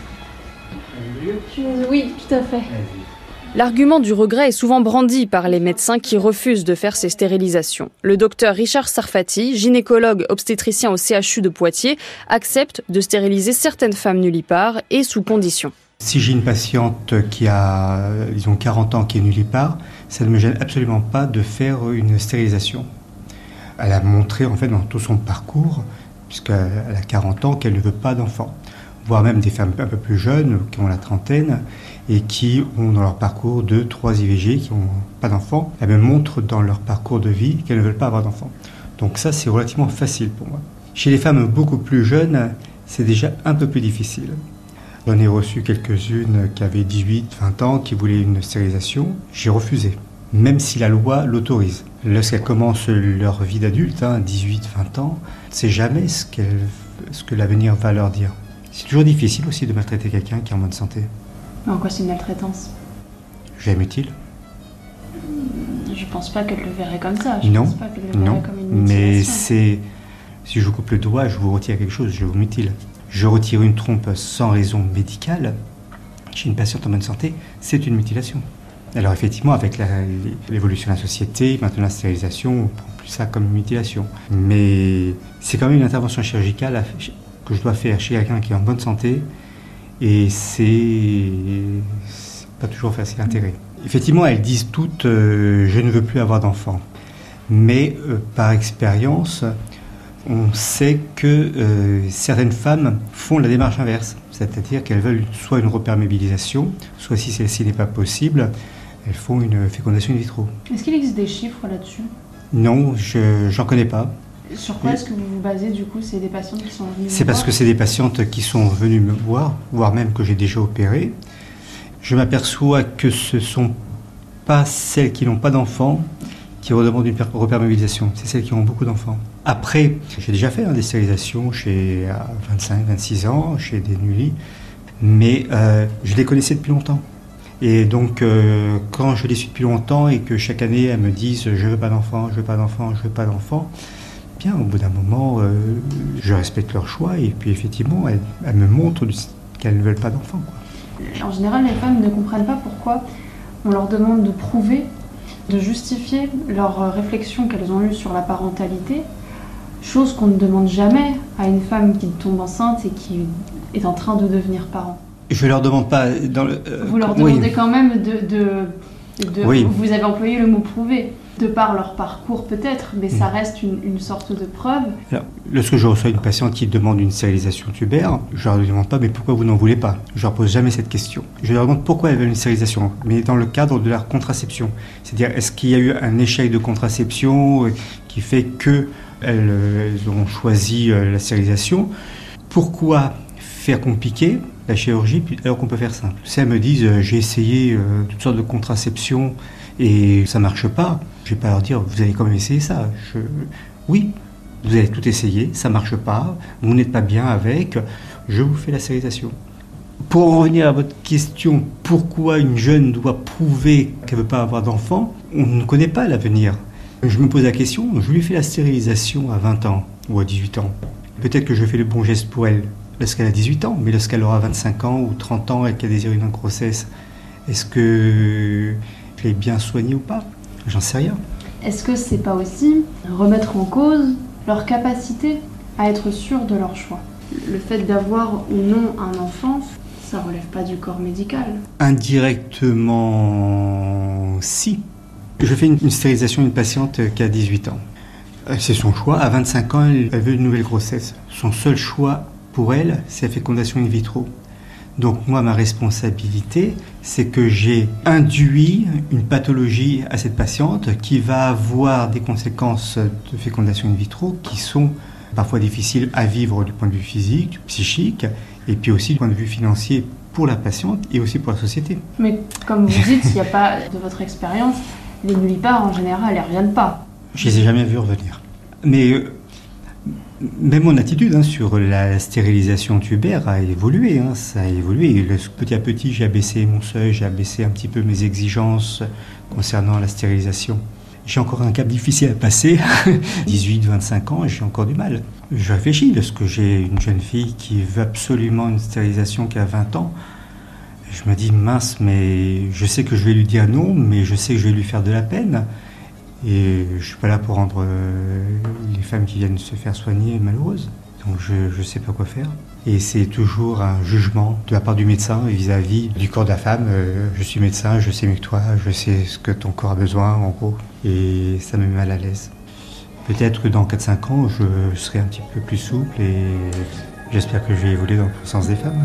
S6: Oui, tout à fait. L'argument du regret est souvent brandi par les médecins qui refusent de faire ces stérilisations. Le docteur Richard Sarfati, gynécologue obstétricien au C H U de Poitiers, accepte de stériliser certaines femmes nullipares et sous conditions.
S11: Si j'ai une patiente qui a, disons, quarante ans qui est nullipare, ça ne me gêne absolument pas de faire une stérilisation. Elle a montré en fait dans tout son parcours, puisqu'elle a quarante ans, qu'elle ne veut pas d'enfants. Voire même des femmes un peu plus jeunes, qui ont la trentaine, et qui ont dans leur parcours deux, trois I V G, qui n'ont pas d'enfants. Elles me montrent dans leur parcours de vie qu'elles ne veulent pas avoir d'enfants. Donc ça, c'est relativement facile pour moi. Chez les femmes beaucoup plus jeunes, c'est déjà un peu plus difficile. J'en ai reçu quelques-unes qui avaient dix-huit, vingt ans, qui voulaient une stérilisation. J'ai refusé, même si la loi l'autorise. Lorsqu'elles commencent leur vie d'adulte, hein, dix-huit, vingt ans, c'est jamais ce, qu'elles, ce que l'avenir va leur dire. C'est toujours difficile aussi de maltraiter quelqu'un qui est en bonne santé.
S7: En quoi c'est une maltraitance ?
S11: J'aime-t-il ?
S7: Je pense pas qu'elle le verrait comme ça. Je
S11: non,
S7: pense pas qu'elle le verrait
S11: non.
S7: Comme une
S11: mais c'est... Si je vous coupe le doigt, je vous retire quelque chose, je vous mutile. Je retire une trompe sans raison médicale, chez une patiente en bonne santé, c'est une mutilation. Alors effectivement, avec la, l'évolution de la société, maintenant la stérilisation, on ne prend plus ça comme une mutilation. Mais c'est quand même une intervention chirurgicale à, que je dois faire chez quelqu'un qui est en bonne santé, et c'est, c'est pas toujours facile à intégrer. Effectivement, elles disent toutes euh, « je ne veux plus avoir d'enfants ». Mais euh, par expérience, on sait que euh, certaines femmes font la démarche inverse. C'est-à-dire qu'elles veulent soit une reperméabilisation, soit si celle-ci n'est pas possible, elles font une fécondation in vitro.
S7: Est-ce qu'il existe des chiffres là-dessus ?
S11: Non, je n'en connais pas.
S7: Sur quoi est-ce que vous vous basez du coup ? C'est des patientes qui sont venues
S11: C'est parce que c'est des patientes qui sont venues me voir, voire même que j'ai déjà opéré. Je m'aperçois que ce ne sont pas celles qui n'ont pas d'enfants qui redemandent une reperméabilisation, c'est celles qui ont beaucoup d'enfants. Après, j'ai déjà fait hein, des stérilisations chez à vingt-cinq, vingt-six ans, chez des nullis, mais euh, je les connaissais depuis longtemps. Et donc, euh, quand je les suis depuis longtemps et que chaque année elles me disent « je veux pas d'enfants, je veux pas d'enfants, je veux pas d'enfants », bien, au bout d'un moment, euh, je respecte leur choix et puis effectivement, elles, elles me montrent qu'elles ne veulent pas d'enfants, quoi.
S7: En général, les femmes ne comprennent pas pourquoi on leur demande de prouver, de justifier leur réflexion qu'elles ont eue sur la parentalité, chose qu'on ne demande jamais à une femme qui tombe enceinte et qui est en train de devenir parent.
S11: Je ne leur demande pas... Dans le, euh,
S7: vous leur demandez
S11: oui.
S7: quand même de... de, de
S11: oui.
S7: Vous avez employé le mot « prouver ». De par leur parcours peut-être, mais ça reste une, une sorte de preuve.
S11: Alors, lorsque je reçois une patiente qui demande une stérilisation tubaire, je ne leur demande pas « mais pourquoi vous n'en voulez pas ?» Je ne leur pose jamais cette question. Je leur demande pourquoi elles veulent une stérilisation, mais dans le cadre de leur contraception. C'est-à-dire, est-ce qu'il y a eu un échec de contraception qui fait qu'elles elles ont choisi la stérilisation ? Pourquoi faire compliqué la chirurgie alors qu'on peut faire simple ? Si elles me disent « j'ai essayé euh, toutes sortes de contraceptions et ça ne marche pas », je ne vais pas leur dire, vous avez quand même essayé ça. Je... Oui, vous avez tout essayé, ça ne marche pas, vous n'êtes pas bien avec, je vous fais la stérilisation. Pour en revenir à votre question, pourquoi une jeune doit prouver qu'elle ne veut pas avoir d'enfant ? On ne connaît pas l'avenir. Je me pose la question, je lui fais la stérilisation à vingt ans ou à dix-huit ans. Peut-être que je fais le bon geste pour elle lorsqu'elle a dix-huit ans, mais lorsqu'elle aura vingt-cinq ans ou trente ans et qu'elle désire une grossesse, est-ce que je l'ai bien soignée ou pas ? J'en sais rien.
S7: Est-ce que c'est pas aussi remettre en cause leur capacité à être sûrs de leur choix ? Le fait d'avoir ou non un enfant, ça relève pas du corps médical.
S11: Indirectement, si. Je fais une, une stérilisation d'une patiente qui a dix-huit ans. C'est son choix. À vingt-cinq ans, elle veut une nouvelle grossesse. Son seul choix pour elle, c'est la fécondation in vitro. Donc moi, ma responsabilité, c'est que j'ai induit une pathologie à cette patiente qui va avoir des conséquences de fécondation in vitro qui sont parfois difficiles à vivre du point de vue physique, psychique, et puis aussi du point de vue financier pour la patiente et aussi pour la société.
S6: Mais comme vous dites, il n'y a pas, de votre expérience, les nullipares en général, elles ne reviennent pas.
S11: Je ne les ai jamais vus revenir. Mais euh, même mon attitude hein, sur la stérilisation tubaire a évolué. Hein, ça a évolué. Le, petit à petit, j'ai abaissé mon seuil, j'ai abaissé un petit peu mes exigences concernant la stérilisation. J'ai encore un cap difficile à passer. dix-huit, vingt-cinq ans, j'ai encore du mal. Je réfléchis, lorsque j'ai une jeune fille qui veut absolument une stérilisation qui a vingt ans, je me dis, mince, mais je sais que je vais lui dire non, mais je sais que je vais lui faire de la peine. Et je ne suis pas là pour rendre euh, les femmes qui viennent se faire soigner malheureuses. Donc je ne sais pas quoi faire. Et c'est toujours un jugement de la part du médecin vis-à-vis du corps de la femme. Euh, je suis médecin, je sais mieux que toi, je sais ce que ton corps a besoin, en gros. Et ça me met mal à l'aise. Peut-être que dans quatre cinq ans, je serai un petit peu plus souple et j'espère que je vais évoluer dans le sens des femmes.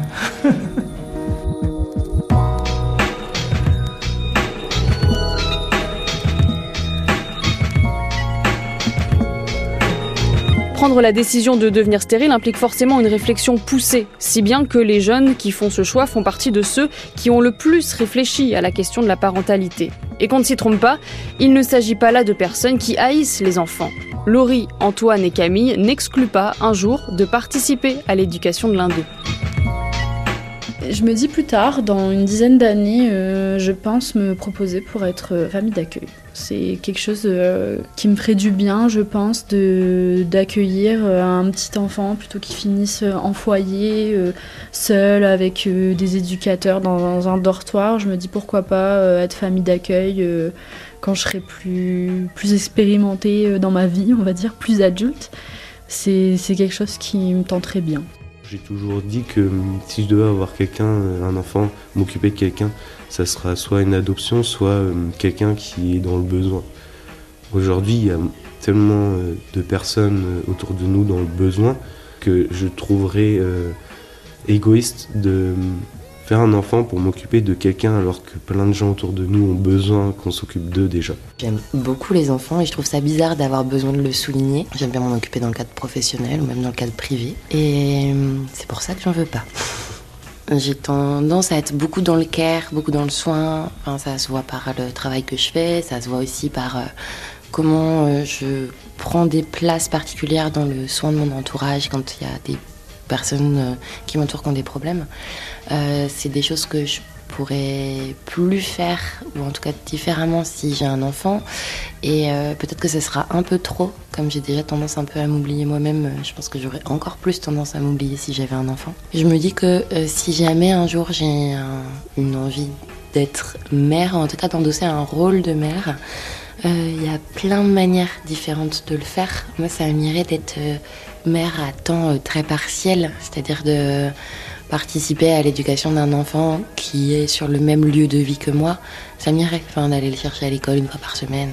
S6: Prendre la décision de devenir stérile implique forcément une réflexion poussée, si bien que les jeunes qui font ce choix font partie de ceux qui ont le plus réfléchi à la question de la parentalité. Et qu'on ne s'y trompe pas, il ne s'agit pas là de personnes qui haïssent les enfants. Laurie, Antoine et Camille n'excluent pas un jour de participer à l'éducation de l'un d'eux.
S7: Je me dis plus tard, dans une dizaine d'années, euh, je pense me proposer pour être euh, famille d'accueil. C'est quelque chose euh, qui me ferait du bien, je pense, de, d'accueillir euh, un petit enfant plutôt qu'il finisse en foyer, euh, seul, avec euh, des éducateurs dans, dans un dortoir. Je me dis pourquoi pas euh, être famille d'accueil euh, quand je serai plus, plus expérimentée euh, dans ma vie, on va dire, plus adulte. C'est, c'est quelque chose qui me tenterait bien.
S9: J'ai toujours dit que si je devais avoir quelqu'un, un enfant, m'occuper de quelqu'un, ça sera soit une adoption, soit quelqu'un qui est dans le besoin. Aujourd'hui, il y a tellement de personnes autour de nous dans le besoin que je trouverais euh, égoïste de faire un enfant pour m'occuper de quelqu'un alors que plein de gens autour de nous ont besoin qu'on s'occupe d'eux déjà.
S4: J'aime beaucoup les enfants et je trouve ça bizarre d'avoir besoin de le souligner. J'aime bien m'en occuper dans le cadre professionnel ou même dans le cadre privé. Et c'est pour ça que j'en veux pas. J'ai tendance à être beaucoup dans le care, beaucoup dans le soin. Enfin, ça se voit par le travail que je fais, ça se voit aussi par euh, comment euh, je prends des places particulières dans le soin de mon entourage quand il y a des personnes euh, qui m'entourent qui ont des problèmes. Euh, c'est des choses que je pourrais plus faire, ou en tout cas différemment si j'ai un enfant. Et euh, peut-être que ce sera un peu trop, comme j'ai déjà tendance un peu à m'oublier moi-même. Je pense que j'aurais encore plus tendance à m'oublier si j'avais un enfant. Je me dis que euh, si jamais un jour j'ai un, une envie d'être mère, en tout cas d'endosser un rôle de mère, il euh, y a plein de manières différentes de le faire. Moi, ça m'irait d'être euh, mère à temps euh, très partiel, c'est-à-dire de participer à l'éducation d'un enfant qui est sur le même lieu de vie que moi. Ça m'irait, enfin, d'aller le chercher à l'école une fois par semaine.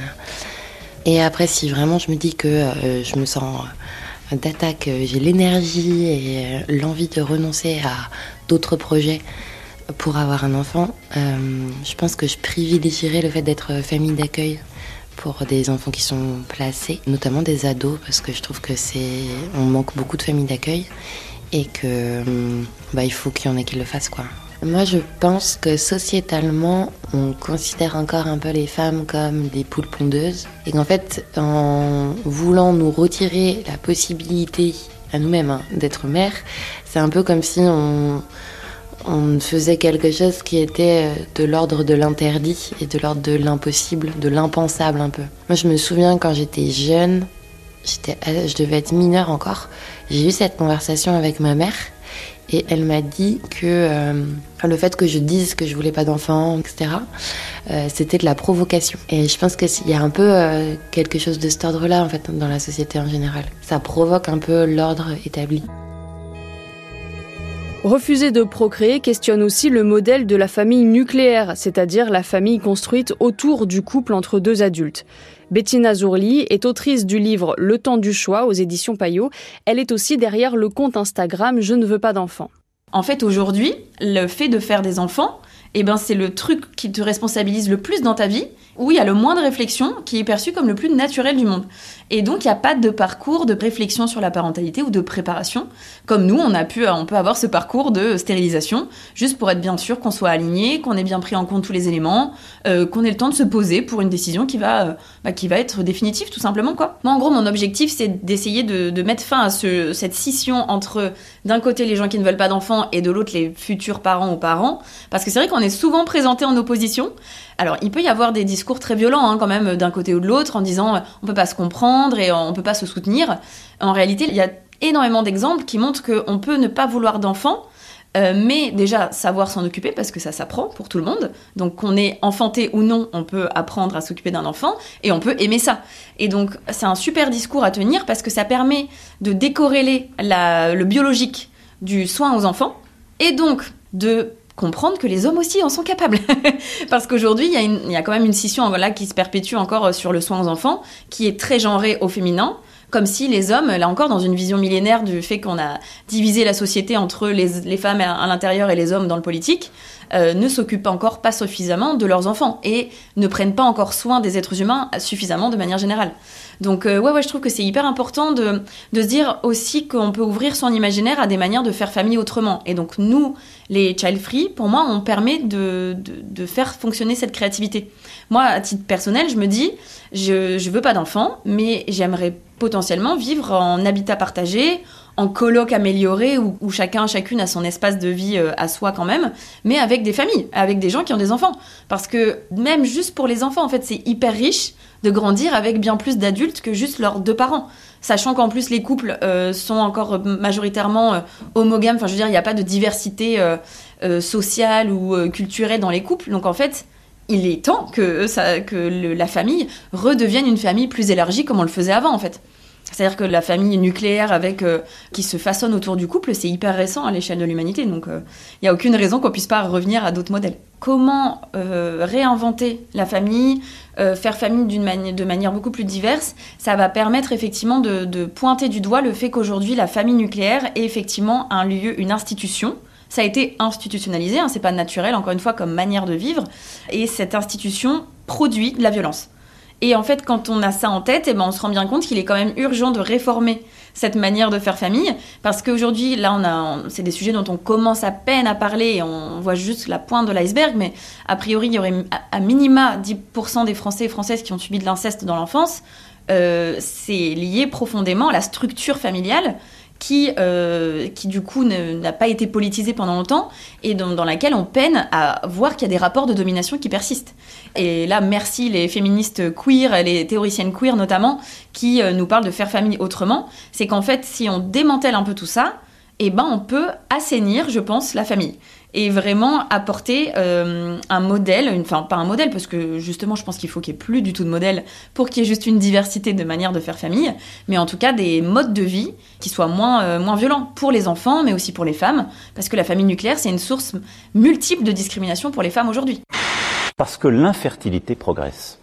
S4: Et après, si vraiment je me dis que euh, je me sens euh, d'attaque, euh, j'ai l'énergie et euh, l'envie de renoncer à d'autres projets pour avoir un enfant, euh, je pense que je privilégierais le fait d'être famille d'accueil pour des enfants qui sont placés, notamment des ados, parce que je trouve que c'est, on manque beaucoup de familles d'accueil et que bah, il faut qu'il y en ait qui le fassent, quoi. Moi, je pense que sociétalement, on considère encore un peu les femmes comme des poules pondeuses et qu'en fait, en voulant nous retirer la possibilité à nous-mêmes hein, d'être mères, c'est un peu comme si on on faisait quelque chose qui était de l'ordre de l'interdit et de l'ordre de l'impossible, de l'impensable un peu. Moi, je me souviens quand j'étais jeune, j'étais, je devais être mineure encore, j'ai eu cette conversation avec ma mère et elle m'a dit que euh, le fait que je dise que je voulais pas d'enfant, et cetera, euh, c'était de la provocation. Et je pense qu'il y a un peu euh, quelque chose de cet ordre-là en fait dans la société en général. Ça provoque un peu l'ordre établi.
S6: Refuser de procréer questionne aussi le modèle de la famille nucléaire, c'est-à-dire la famille construite autour du couple entre deux adultes. Bettina Zourli est autrice du livre Le temps du choix aux éditions Payot. Elle est aussi derrière le compte Instagram Je ne veux pas d'enfants.
S3: En fait, aujourd'hui, le fait de faire des enfants, eh ben, c'est le truc qui te responsabilise le plus dans ta vie, où il y a le moins de réflexion, qui est perçu comme le plus naturel du monde. Et donc, il n'y a pas de parcours de réflexion sur la parentalité ou de préparation. Comme nous, on, a pu, on peut avoir ce parcours de stérilisation, juste pour être bien sûr qu'on soit aligné, qu'on ait bien pris en compte tous les éléments, euh, qu'on ait le temps de se poser pour une décision qui va, euh, bah, qui va être définitive, tout simplement, quoi. Moi, en gros, mon objectif, c'est d'essayer de, de mettre fin à ce, cette scission entre, d'un côté, les gens qui ne veulent pas d'enfants et de l'autre, les futurs parents ou parents. Parce que c'est vrai qu'on est souvent présenté en opposition. Alors, il peut y avoir des discours très violents, hein, quand même, d'un côté ou de l'autre, en disant euh, on peut pas se comprendre et on peut pas se soutenir. En réalité, il y a énormément d'exemples qui montrent qu'on peut ne pas vouloir d'enfants, euh, mais déjà savoir s'en occuper, parce que ça s'apprend pour tout le monde. Donc, qu'on est enfanté ou non, on peut apprendre à s'occuper d'un enfant et on peut aimer ça. Et donc, c'est un super discours à tenir parce que ça permet de décorréler la, le biologique du soin aux enfants et donc de comprendre que les hommes aussi en sont capables. Parce qu'aujourd'hui, il y a une, il y a quand même une scission voilà, qui se perpétue encore sur le soin aux enfants, qui est très genrée au féminin, comme si les hommes, là encore, dans une vision millénaire du fait qu'on a divisé la société entre les, les femmes à l'intérieur et les hommes dans le politique, euh, ne s'occupent encore pas suffisamment de leurs enfants et ne prennent pas encore soin des êtres humains suffisamment de manière générale. Donc euh, ouais, ouais, je trouve que c'est hyper important de, de se dire aussi qu'on peut ouvrir son imaginaire à des manières de faire famille autrement. Et donc nous, les child free, pour moi, on permet de, de, de faire fonctionner cette créativité. Moi, à titre personnel, je me dis, je, je veux pas d'enfants, mais j'aimerais potentiellement vivre en habitat partagé, en coloc amélioré, où, où chacun, chacune a son espace de vie euh, à soi quand même, mais avec des familles, avec des gens qui ont des enfants. Parce que même juste pour les enfants, en fait, c'est hyper riche de grandir avec bien plus d'adultes que juste leurs deux parents. Sachant qu'en plus, les couples euh, sont encore majoritairement euh, homogames. Enfin, je veux dire, il n'y a pas de diversité euh, euh, sociale ou euh, culturelle dans les couples. Donc, en fait, il est temps que, ça, que le, la famille redevienne une famille plus élargie comme on le faisait avant, en fait. C'est-à-dire que la famille nucléaire avec, euh, qui se façonne autour du couple, c'est hyper récent à l'échelle de l'humanité. Donc, il euh, n'y a aucune raison qu'on puisse pas revenir à d'autres modèles. Comment euh, réinventer la famille, euh, faire famille d'une mani- de manière beaucoup plus diverse, ça va permettre effectivement de, de pointer du doigt le fait qu'aujourd'hui, la famille nucléaire est effectivement un lieu, une institution. Ça a été institutionnalisé, hein, c'est pas naturel, encore une fois, comme manière de vivre. Et cette institution produit de la violence. Et en fait, quand on a ça en tête, eh ben, on se rend bien compte qu'il est quand même urgent de réformer cette manière de faire famille. Parce qu'aujourd'hui, là, on a, on, c'est des sujets dont on commence à peine à parler et on voit juste la pointe de l'iceberg. Mais a priori, il y aurait à minima dix pour cent des Français et Françaises qui ont subi de l'inceste dans l'enfance. Euh, c'est lié profondément à la structure familiale qui, euh, qui du coup ne, n'a pas été politisée pendant longtemps et dans, dans laquelle on peine à voir qu'il y a des rapports de domination qui persistent. Et là, merci les féministes queer, les théoriciennes queer notamment, qui euh, nous parlent de faire famille autrement. C'est qu'en fait, si on démantèle un peu tout ça, eh ben, on peut assainir, je pense, la famille. Et vraiment apporter euh, un modèle, enfin pas un modèle, parce que justement je pense qu'il faut qu'il n'y ait plus du tout de modèle pour qu'il y ait juste une diversité de manières de faire famille, mais en tout cas des modes de vie qui soient moins, euh, moins violents pour les enfants, mais aussi pour les femmes, parce que la famille nucléaire c'est une source multiple de discrimination pour les femmes aujourd'hui.
S12: Parce que l'infertilité progresse.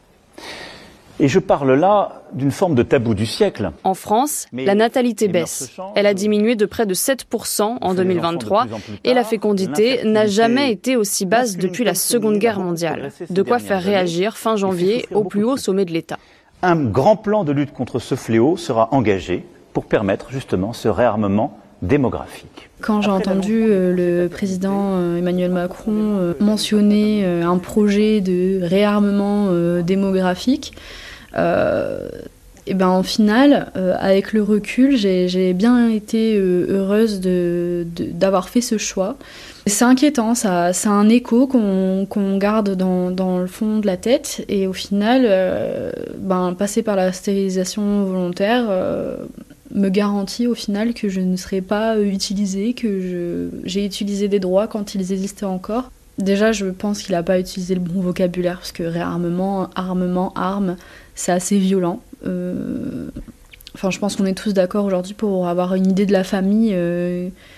S12: Et je parle là d'une forme de tabou du siècle.
S6: En France, Mais la natalité baisse. Elle a diminué de près de sept pour cent en deux mille vingt-trois et la fécondité n'a jamais été aussi basse depuis la Seconde Guerre mondiale. De quoi faire réagir fin janvier au plus haut sommet de l'État.
S12: Un grand plan de lutte contre ce fléau sera engagé pour permettre justement ce réarmement démographique.
S7: Quand j'ai entendu euh, le président euh, Emmanuel Macron euh, mentionner euh, un projet de réarmement euh, démographique, euh, et ben en final, euh, avec le recul, j'ai, j'ai bien été euh, heureuse de, de, d'avoir fait ce choix. C'est inquiétant, ça, c'est un écho qu'on, qu'on garde dans, dans le fond de la tête, et au final, euh, ben, passer par la stérilisation volontaire euh, me garantit au final que je ne serai pas utilisée, que je, j'ai utilisé des droits quand ils existaient encore. Déjà, je pense qu'il n'a pas utilisé le bon vocabulaire, parce que réarmement, armement, arme, c'est assez violent. Euh... Enfin, je pense qu'on est tous d'accord aujourd'hui pour avoir une idée de la famille euh,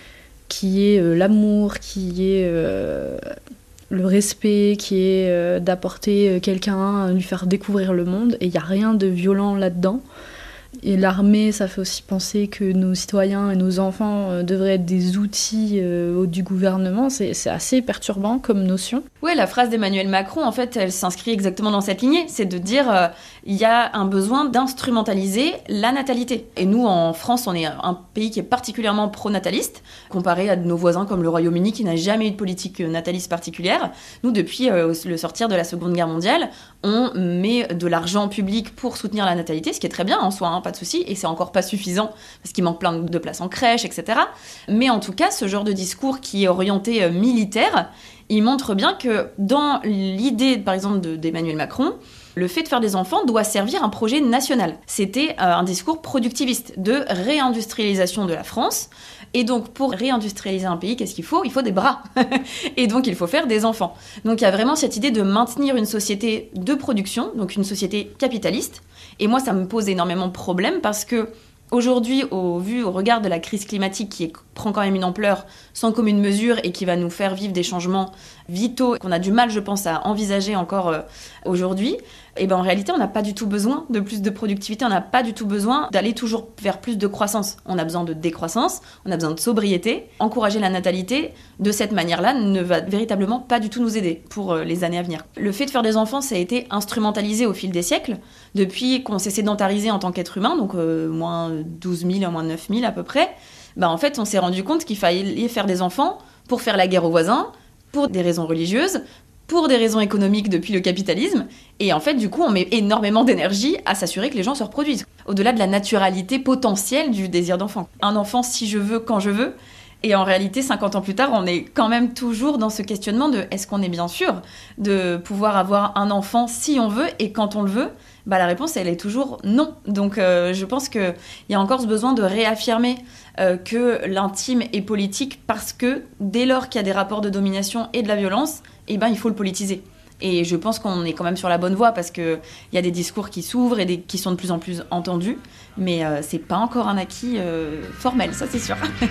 S7: qui est euh, l'amour, qui est euh, le respect, qui est euh, d'apporter quelqu'un, lui faire découvrir le monde, et il n'y a rien de violent là-dedans. Et l'armée, ça fait aussi penser que nos citoyens et nos enfants euh, devraient être des outils euh, du gouvernement. C'est, c'est assez perturbant comme notion.
S3: Oui, la phrase d'Emmanuel Macron, en fait, elle s'inscrit exactement dans cette lignée. C'est de dire euh, il y a un besoin d'instrumentaliser la natalité. Et nous, en France, on est un pays qui est particulièrement pro-nataliste, comparé à nos voisins comme le Royaume-Uni, qui n'a jamais eu de politique nataliste particulière. Nous, depuis euh, le sortir de la Seconde Guerre mondiale, on met de l'argent public pour soutenir la natalité, ce qui est très bien en soi, hein, pas de souci, et c'est encore pas suffisant, parce qu'il manque plein de places en crèche, et cetera. Mais en tout cas, ce genre de discours qui est orienté euh, militaire, il montre bien que dans l'idée, par exemple, de, d'Emmanuel Macron, le fait de faire des enfants doit servir un projet national. C'était euh, un discours productiviste de réindustrialisation de la France. Et donc, pour réindustrialiser un pays, qu'est-ce qu'il faut ? Il faut des bras. Et donc, il faut faire des enfants. Donc, il y a vraiment cette idée de maintenir une société de production, donc une société capitaliste. Et moi, ça me pose énormément de problèmes parce que aujourd'hui, au vu, au regard de la crise climatique qui est, prend quand même une ampleur sans commune mesure et qui va nous faire vivre des changements vitaux qu'on a du mal, je pense, à envisager encore euh, aujourd'hui, et ben en réalité, on n'a pas du tout besoin de plus de productivité, on n'a pas du tout besoin d'aller toujours vers plus de croissance. On a besoin de décroissance, on a besoin de sobriété. Encourager la natalité de cette manière-là ne va véritablement pas du tout nous aider pour euh, les années à venir. Le fait de faire des enfants, ça a été instrumentalisé au fil des siècles, depuis qu'on s'est sédentarisé en tant qu'être humain, donc euh, moins douze mille, moins neuf mille à peu près. Ben, en fait, on s'est rendu compte qu'il fallait faire des enfants pour faire la guerre aux voisins, pour des raisons religieuses, pour des raisons économiques depuis le capitalisme. Et en fait, du coup, on met énormément d'énergie à s'assurer que les gens se reproduisent. Au-delà de la naturalité potentielle du désir d'enfant. Un enfant si je veux, quand je veux. Et en réalité, cinquante ans plus tard, on est quand même toujours dans ce questionnement de est-ce qu'on est bien sûr de pouvoir avoir un enfant si on veut et quand on le veut ? Bah, la réponse, elle est toujours non. Donc, euh, je pense qu'il y a encore ce besoin de réaffirmer euh, que l'intime est politique parce que dès lors qu'il y a des rapports de domination et de la violence, eh ben, il faut le politiser. Et je pense qu'on est quand même sur la bonne voie parce qu'il y a des discours qui s'ouvrent et des, qui sont de plus en plus entendus. Mais euh, c'est pas encore un acquis euh, formel, ça c'est sûr.
S8: Je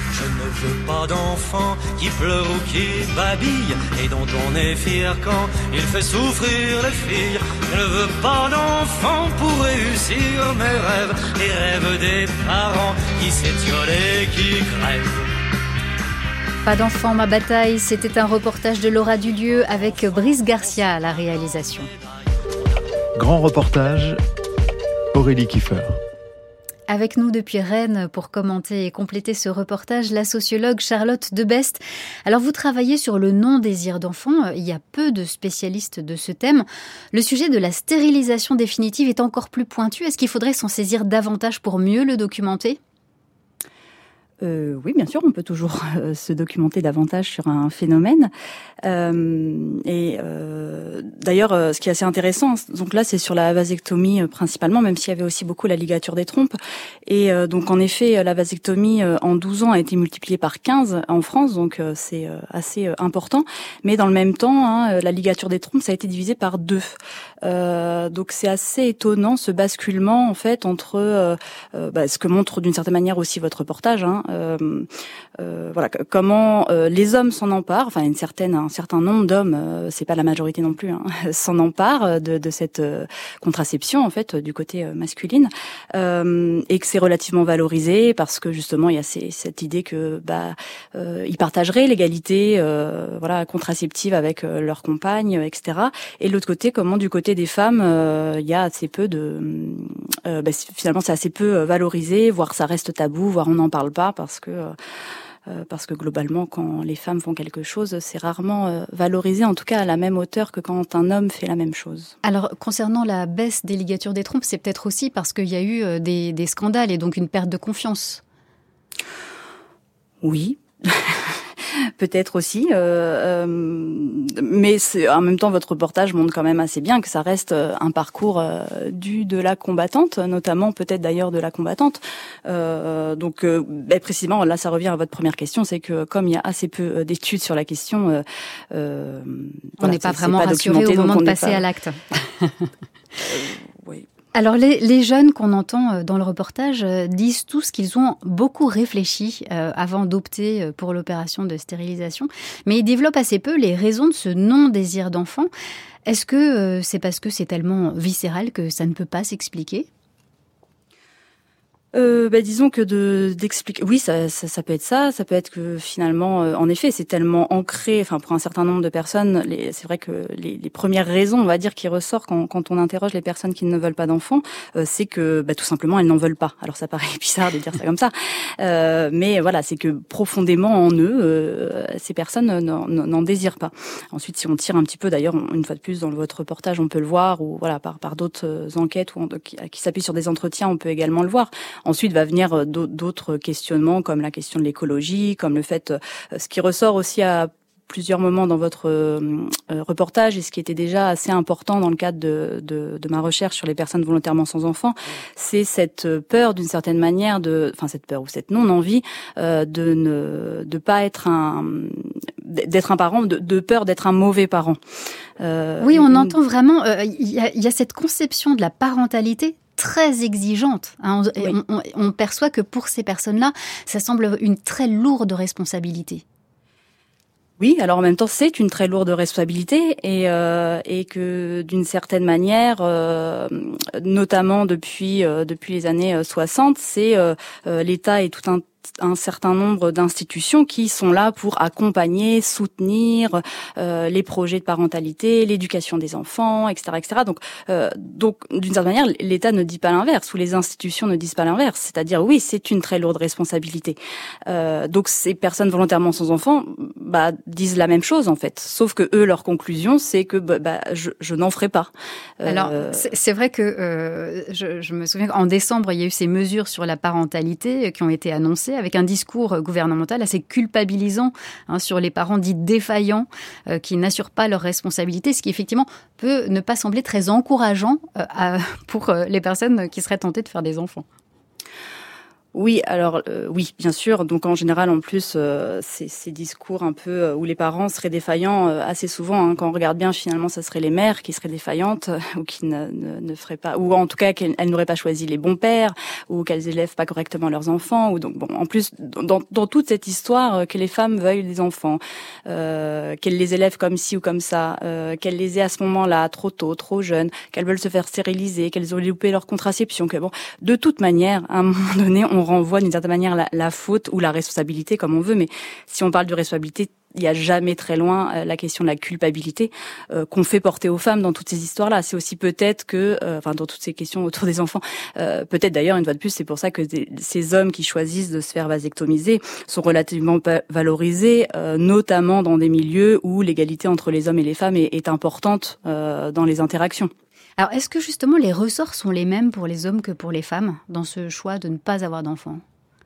S8: ne veux pas d'enfant qui pleure ou qui babille et dont on est fier quand il fait souffrir les filles. Je ne veux pas d'enfant pour réussir mes rêves, les rêves des parents qui s'étiolent et qui crèvent.
S5: Pas d'enfant, ma bataille, c'était un reportage de Laura Dulieu avec Brice Garcia à la réalisation.
S1: Grand reportage, Aurélie Kiefer.
S5: Avec nous depuis Rennes pour commenter et compléter ce reportage, la sociologue Charlotte Debest. Alors vous travaillez sur le non-désir d'enfant, il y a peu de spécialistes de ce thème. Le sujet de la stérilisation définitive est encore plus pointu. Est-ce qu'il faudrait s'en saisir davantage pour mieux le documenter ?
S13: Euh, oui, bien sûr, on peut toujours euh, se documenter davantage sur un phénomène. Euh, et euh, d'ailleurs, euh, ce qui est assez intéressant, donc là, c'est sur la vasectomie euh, principalement, même s'il y avait aussi beaucoup la ligature des trompes. Et euh, donc, en effet, la vasectomie euh, en douze ans a été multipliée par quinze en France, donc euh, c'est euh, assez euh, important. Mais dans le même temps, hein, la ligature des trompes, ça a été divisé par deux. Euh, donc, c'est assez étonnant ce basculement en fait entre euh, euh, bah, ce que montre d'une certaine manière aussi votre reportage. Hein, Euh, euh, voilà, comment euh, les hommes s'en emparent, enfin une certaine, un certain nombre d'hommes, euh, c'est pas la majorité non plus, hein, s'en emparent de, de cette euh, contraception en fait du côté euh, masculine, euh, et que c'est relativement valorisé parce que justement il y a ces, cette idée que bah euh, ils partageraient l'égalité, euh, voilà, contraceptive avec euh, leurs compagnes, et cetera. Et de l'autre côté, comment du côté des femmes, euh, il y a assez peu de, euh, bah, finalement c'est assez peu valorisé, voire ça reste tabou, voire on n'en parle pas. Parce que, euh, parce que globalement, quand les femmes font quelque chose, c'est rarement euh, valorisé, en tout cas à la même hauteur que quand un homme fait la même chose.
S5: Alors, concernant la baisse des ligatures des trompes, c'est peut-être aussi parce qu'il y a eu euh, des, des scandales et donc une perte de confiance.
S13: Oui. Peut-être aussi, euh, euh, mais c'est, en même temps, votre reportage montre quand même assez bien que ça reste un parcours euh, du de la combattante, notamment peut-être d'ailleurs de la combattante. Euh, donc, euh, ben, précisément, là, ça revient à votre première question, c'est que comme il y a assez peu d'études sur la question, euh, euh,
S5: on voilà, n'est pas vraiment rassuré au moment de passer pas... à l'acte.
S13: euh, oui.
S5: Alors les, les jeunes qu'on entend dans le reportage disent tous qu'ils ont beaucoup réfléchi euh, avant d'opter pour l'opération de stérilisation, mais ils développent assez peu les raisons de ce non-désir d'enfant. Est-ce que euh, c'est parce que c'est tellement viscéral que ça ne peut pas s'expliquer ?
S13: Euh, bah, disons que de d'expliquer, oui, ça, ça, ça peut être ça, ça peut être que finalement, euh, en effet, c'est tellement ancré. Enfin, pour un certain nombre de personnes, les, c'est vrai que les, les premières raisons, on va dire, qui ressortent quand, quand on interroge les personnes qui ne veulent pas d'enfants, euh, c'est que, bah, tout simplement, elles n'en veulent pas. Alors, ça paraît bizarre de dire ça comme ça, euh, mais voilà, c'est que profondément en eux, euh, ces personnes n'en, n'en désirent pas. Ensuite, si on tire un petit peu, d'ailleurs, une fois de plus, dans votre reportage, on peut le voir, ou voilà, par par d'autres enquêtes ou qui, qui s'appuient sur des entretiens, on peut également le voir. Ensuite va venir d'autres questionnements comme la question de l'écologie, comme le fait, ce qui ressort aussi à plusieurs moments dans votre euh, reportage et ce qui était déjà assez important dans le cadre de, de, de ma recherche sur les personnes volontairement sans enfants, c'est cette peur d'une certaine manière de, enfin cette peur ou cette non-envie euh, de ne de pas être un d'être un parent, de, de peur d'être un mauvais parent.
S5: Euh, oui, on entend vraiment, il euh, y, a, y a cette conception de la parentalité très exigeante. Hein. On, oui. on, on perçoit que pour ces personnes-là, ça semble une très lourde responsabilité.
S13: Oui, alors en même temps, c'est une très lourde responsabilité et, euh, et que d'une certaine manière, euh, notamment depuis euh, depuis les années soixante, c'est euh, l'État et tout un un certain nombre d'institutions qui sont là pour accompagner, soutenir euh, les projets de parentalité, l'éducation des enfants, et cetera, et cetera. Donc, euh, donc d'une certaine manière, l'État ne dit pas l'inverse ou les institutions ne disent pas l'inverse. C'est-à-dire, oui, c'est une très lourde responsabilité. Euh, donc, ces personnes volontairement sans enfants, bah, disent la même chose en fait. Sauf que eux, leur conclusion, c'est que bah, bah, je, je n'en ferai pas.
S5: Euh... Alors, c'est, c'est vrai que euh, je, je me souviens qu'en décembre, il y a eu ces mesures sur la parentalité qui ont été annoncées, avec un discours gouvernemental assez culpabilisant hein, sur les parents dits défaillants euh, qui n'assurent pas leurs responsabilités, ce qui effectivement peut ne pas sembler très encourageant euh, à, pour euh, les personnes qui seraient tentées de faire des enfants.
S13: Oui, alors euh, oui, bien sûr. Donc en général, en plus, euh, ces, ces discours un peu euh, où les parents seraient défaillants, euh, assez souvent, hein, quand on regarde bien, finalement, ça serait les mères qui seraient défaillantes euh, ou qui ne, ne, ne feraient pas, ou en tout cas qu'elles n'auraient pas choisi les bons pères, ou qu'elles élèvent pas correctement leurs enfants. Ou donc bon, en plus, dans, dans toute cette histoire, euh, que les femmes veuillent des enfants, euh, qu'elles les élèvent comme ci ou comme ça, euh, qu'elles les aient à ce moment-là trop tôt, trop jeunes, qu'elles veulent se faire stériliser, qu'elles ont loupé leur contraception, que bon, de toute manière, à un moment donné, on On renvoie d'une certaine manière la, la faute ou la responsabilité comme on veut, mais si on parle de responsabilité, il n'y a jamais très loin euh, la question de la culpabilité euh, qu'on fait porter aux femmes dans toutes ces histoires-là. C'est aussi peut-être que, euh, enfin dans toutes ces questions autour des enfants, euh, peut-être d'ailleurs une fois de plus, c'est pour ça que des, ces hommes qui choisissent de se faire vasectomiser sont relativement valorisés, euh, notamment dans des milieux où l'égalité entre les hommes et les femmes est, est importante euh, dans les interactions.
S5: Alors, est-ce que justement les ressorts sont les mêmes pour les hommes que pour les femmes dans ce choix de ne pas avoir d'enfants ?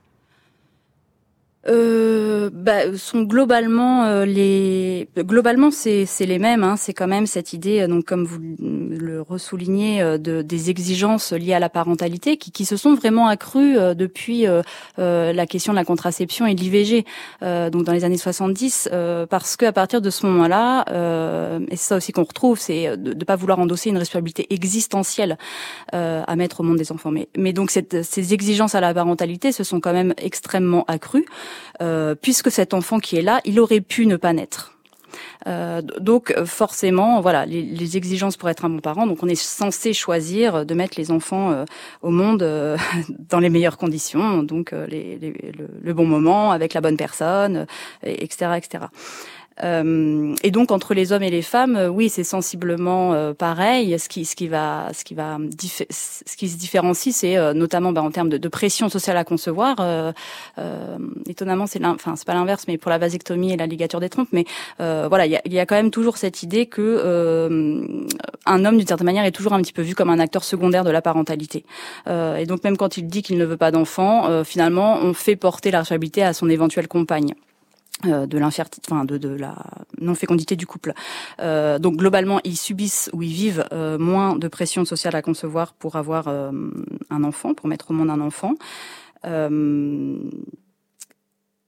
S13: Euh, bah, sont globalement euh, les globalement c'est c'est les mêmes hein. C'est quand même cette idée donc comme vous le ressoulignez euh, de des exigences liées à la parentalité qui qui se sont vraiment accrues euh, depuis euh, euh, la question de la contraception et de l'I V G euh, donc dans les années soixante-dix euh, parce que à partir de ce moment-là euh, et c'est ça aussi qu'on retrouve c'est de ne pas vouloir endosser une responsabilité existentielle euh, à mettre au monde des enfants mais mais donc cette, ces exigences à la parentalité se sont quand même extrêmement accrues. Euh, puisque cet enfant qui est là, il aurait pu ne pas naître. Euh, donc forcément, voilà, les, les exigences pour être un bon parent. Donc on est censé choisir de mettre les enfants euh, au monde euh, dans les meilleures conditions, donc euh, les, les, le, le bon moment avec la bonne personne, et, etc., et cetera. Euh, et donc entre les hommes et les femmes, euh, oui, c'est sensiblement euh, pareil. Ce qui, ce qui va, ce qui va, diffé- ce qui se différencie, c'est euh, notamment bah, en termes de, de pression sociale à concevoir. Euh, euh, étonnamment, c'est, enfin, c'est pas l'inverse, mais pour la vasectomie et la ligature des trompes, mais euh, voilà, il y a, y a quand même toujours cette idée que euh, un homme, d'une certaine manière, est toujours un petit peu vu comme un acteur secondaire de la parentalité. Euh, et donc même quand il dit qu'il ne veut pas d'enfant, euh, finalement, on fait porter la responsabilité à son éventuelle compagne. Euh, de l'infertilité, enfin de, de la non-fécondité du couple. Euh, donc globalement, ils subissent ou ils vivent euh, moins de pression sociale à concevoir pour avoir euh, un enfant, pour mettre au monde un enfant. Euh,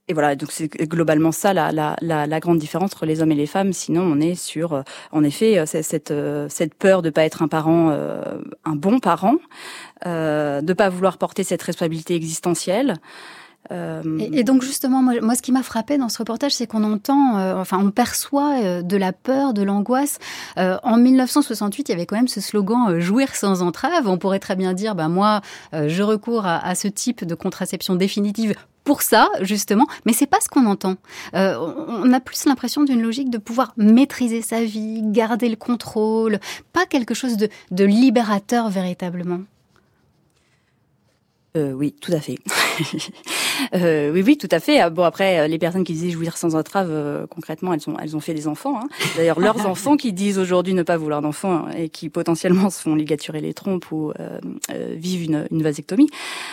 S13: Et voilà, donc c'est globalement ça la, la, la, la grande différence entre les hommes et les femmes. Sinon, on est sur, en effet, cette, cette peur de pas être un parent, euh, un bon parent, euh, de pas vouloir porter cette responsabilité existentielle.
S5: Euh... Et, et donc justement, moi, moi, ce qui m'a frappé dans ce reportage, c'est qu'on entend, euh, enfin, on perçoit euh, de la peur, de l'angoisse. Euh, en mille neuf cent soixante-huit, il y avait quand même ce slogan euh, « jouir sans entrave ». On pourrait très bien dire, ben moi, euh, je recours à, à ce type de contraception définitive pour ça, justement, mais c'est pas ce qu'on entend. Euh, on a plus l'impression d'une logique de pouvoir maîtriser sa vie, garder le contrôle, pas quelque chose de, de libérateur véritablement.
S13: Euh, oui, tout à fait. euh, oui, oui, tout à fait. Bon, après, les personnes qui disaient jouir sans entrave, euh, concrètement, elles ont, elles ont fait des enfants. Hein. D'ailleurs, leurs enfants qui disent aujourd'hui ne pas vouloir d'enfants hein, et qui potentiellement se font ligaturer les trompes ou euh, euh, vivent une, une vasectomie.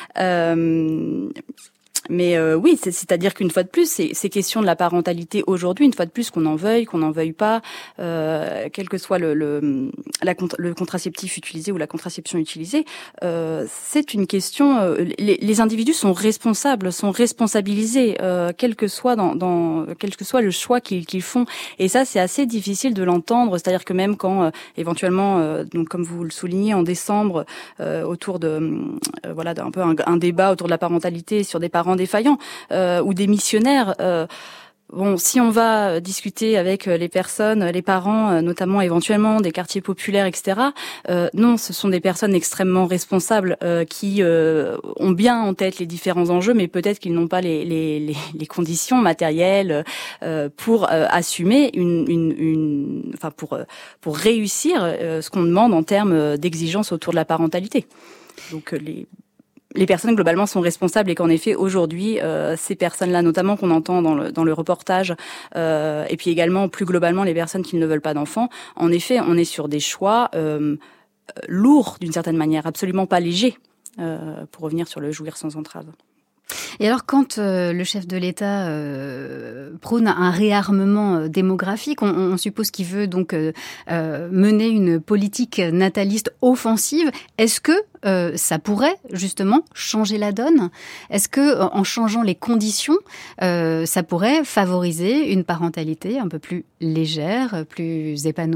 S13: Euh, Mais euh, oui, c'est, c'est-à-dire qu'une fois de plus, c'est, ces questions de la parentalité aujourd'hui, une fois de plus, qu'on en veuille, qu'on n'en veuille pas, euh, quel que soit le, le, la, le contraceptif utilisé ou la contraception utilisée, euh, c'est une question. Euh, les, les individus sont responsables, sont responsabilisés, euh, quel que soit dans, dans quel que soit le choix qu'ils, qu'ils font. Et ça, c'est assez difficile de l'entendre. C'est-à-dire que même quand, euh, éventuellement, euh, donc comme vous le soulignez, en décembre, euh, autour de, euh, voilà, d'un peu un, un débat autour de la parentalité sur des parents défaillants euh, ou des missionnaires. Euh, bon, si on va discuter avec les personnes, les parents, notamment éventuellement des quartiers populaires, et cetera. Euh, non, ce sont des personnes extrêmement responsables euh, qui euh, ont bien en tête les différents enjeux, mais peut-être qu'ils n'ont pas les, les, les, les conditions matérielles euh, pour euh, assumer une, une, une, enfin pour pour réussir euh, ce qu'on demande en termes d'exigences autour de la parentalité. Donc les Les personnes globalement sont responsables et qu'en effet aujourd'hui euh, ces personnes-là, notamment qu'on entend dans le dans le reportage, euh, et puis également plus globalement les personnes qui ne veulent pas d'enfants, en effet on est sur des choix euh, lourds d'une certaine manière, absolument pas légers, euh, pour revenir sur le jouir sans entrave.
S5: Et alors, quand euh, le chef de l'État euh, prône un réarmement démographique, on, on suppose qu'il veut donc euh, euh, mener une politique nataliste offensive. Est-ce que euh, ça pourrait justement changer la donne ? Est-ce que, en changeant les conditions, euh, ça pourrait favoriser une parentalité un peu plus légère, plus épanouie ?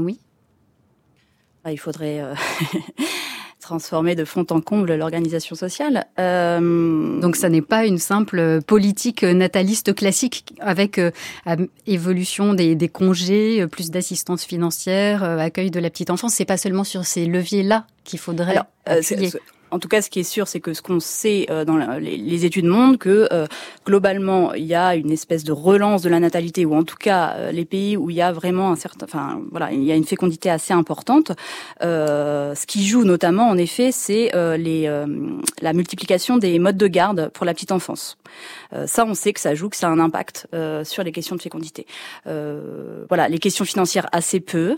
S13: Ah, il faudrait... Euh... transformer de fond en comble l'organisation sociale. Euh...
S5: Donc ça n'est pas une simple politique nataliste classique avec euh, évolution des, des congés, plus d'assistance financière, euh, accueil de la petite enfance. C'est pas seulement sur ces leviers-là qu'il faudrait Alors, euh, appuyer.
S13: C'est, c'est... En tout cas, ce qui est sûr, c'est que ce qu'on sait euh, dans la, les, les études montrent que euh, globalement, il y a une espèce de relance de la natalité, ou en tout cas, euh, les pays où il y a vraiment un certain, enfin voilà, il y a une fécondité assez importante. Euh, ce qui joue notamment, en effet, c'est euh, les, euh, la multiplication des modes de garde pour la petite enfance. Euh, ça, on sait que ça joue, que ça a un impact euh, sur les questions de fécondité. Euh, voilà, les questions financières assez peu.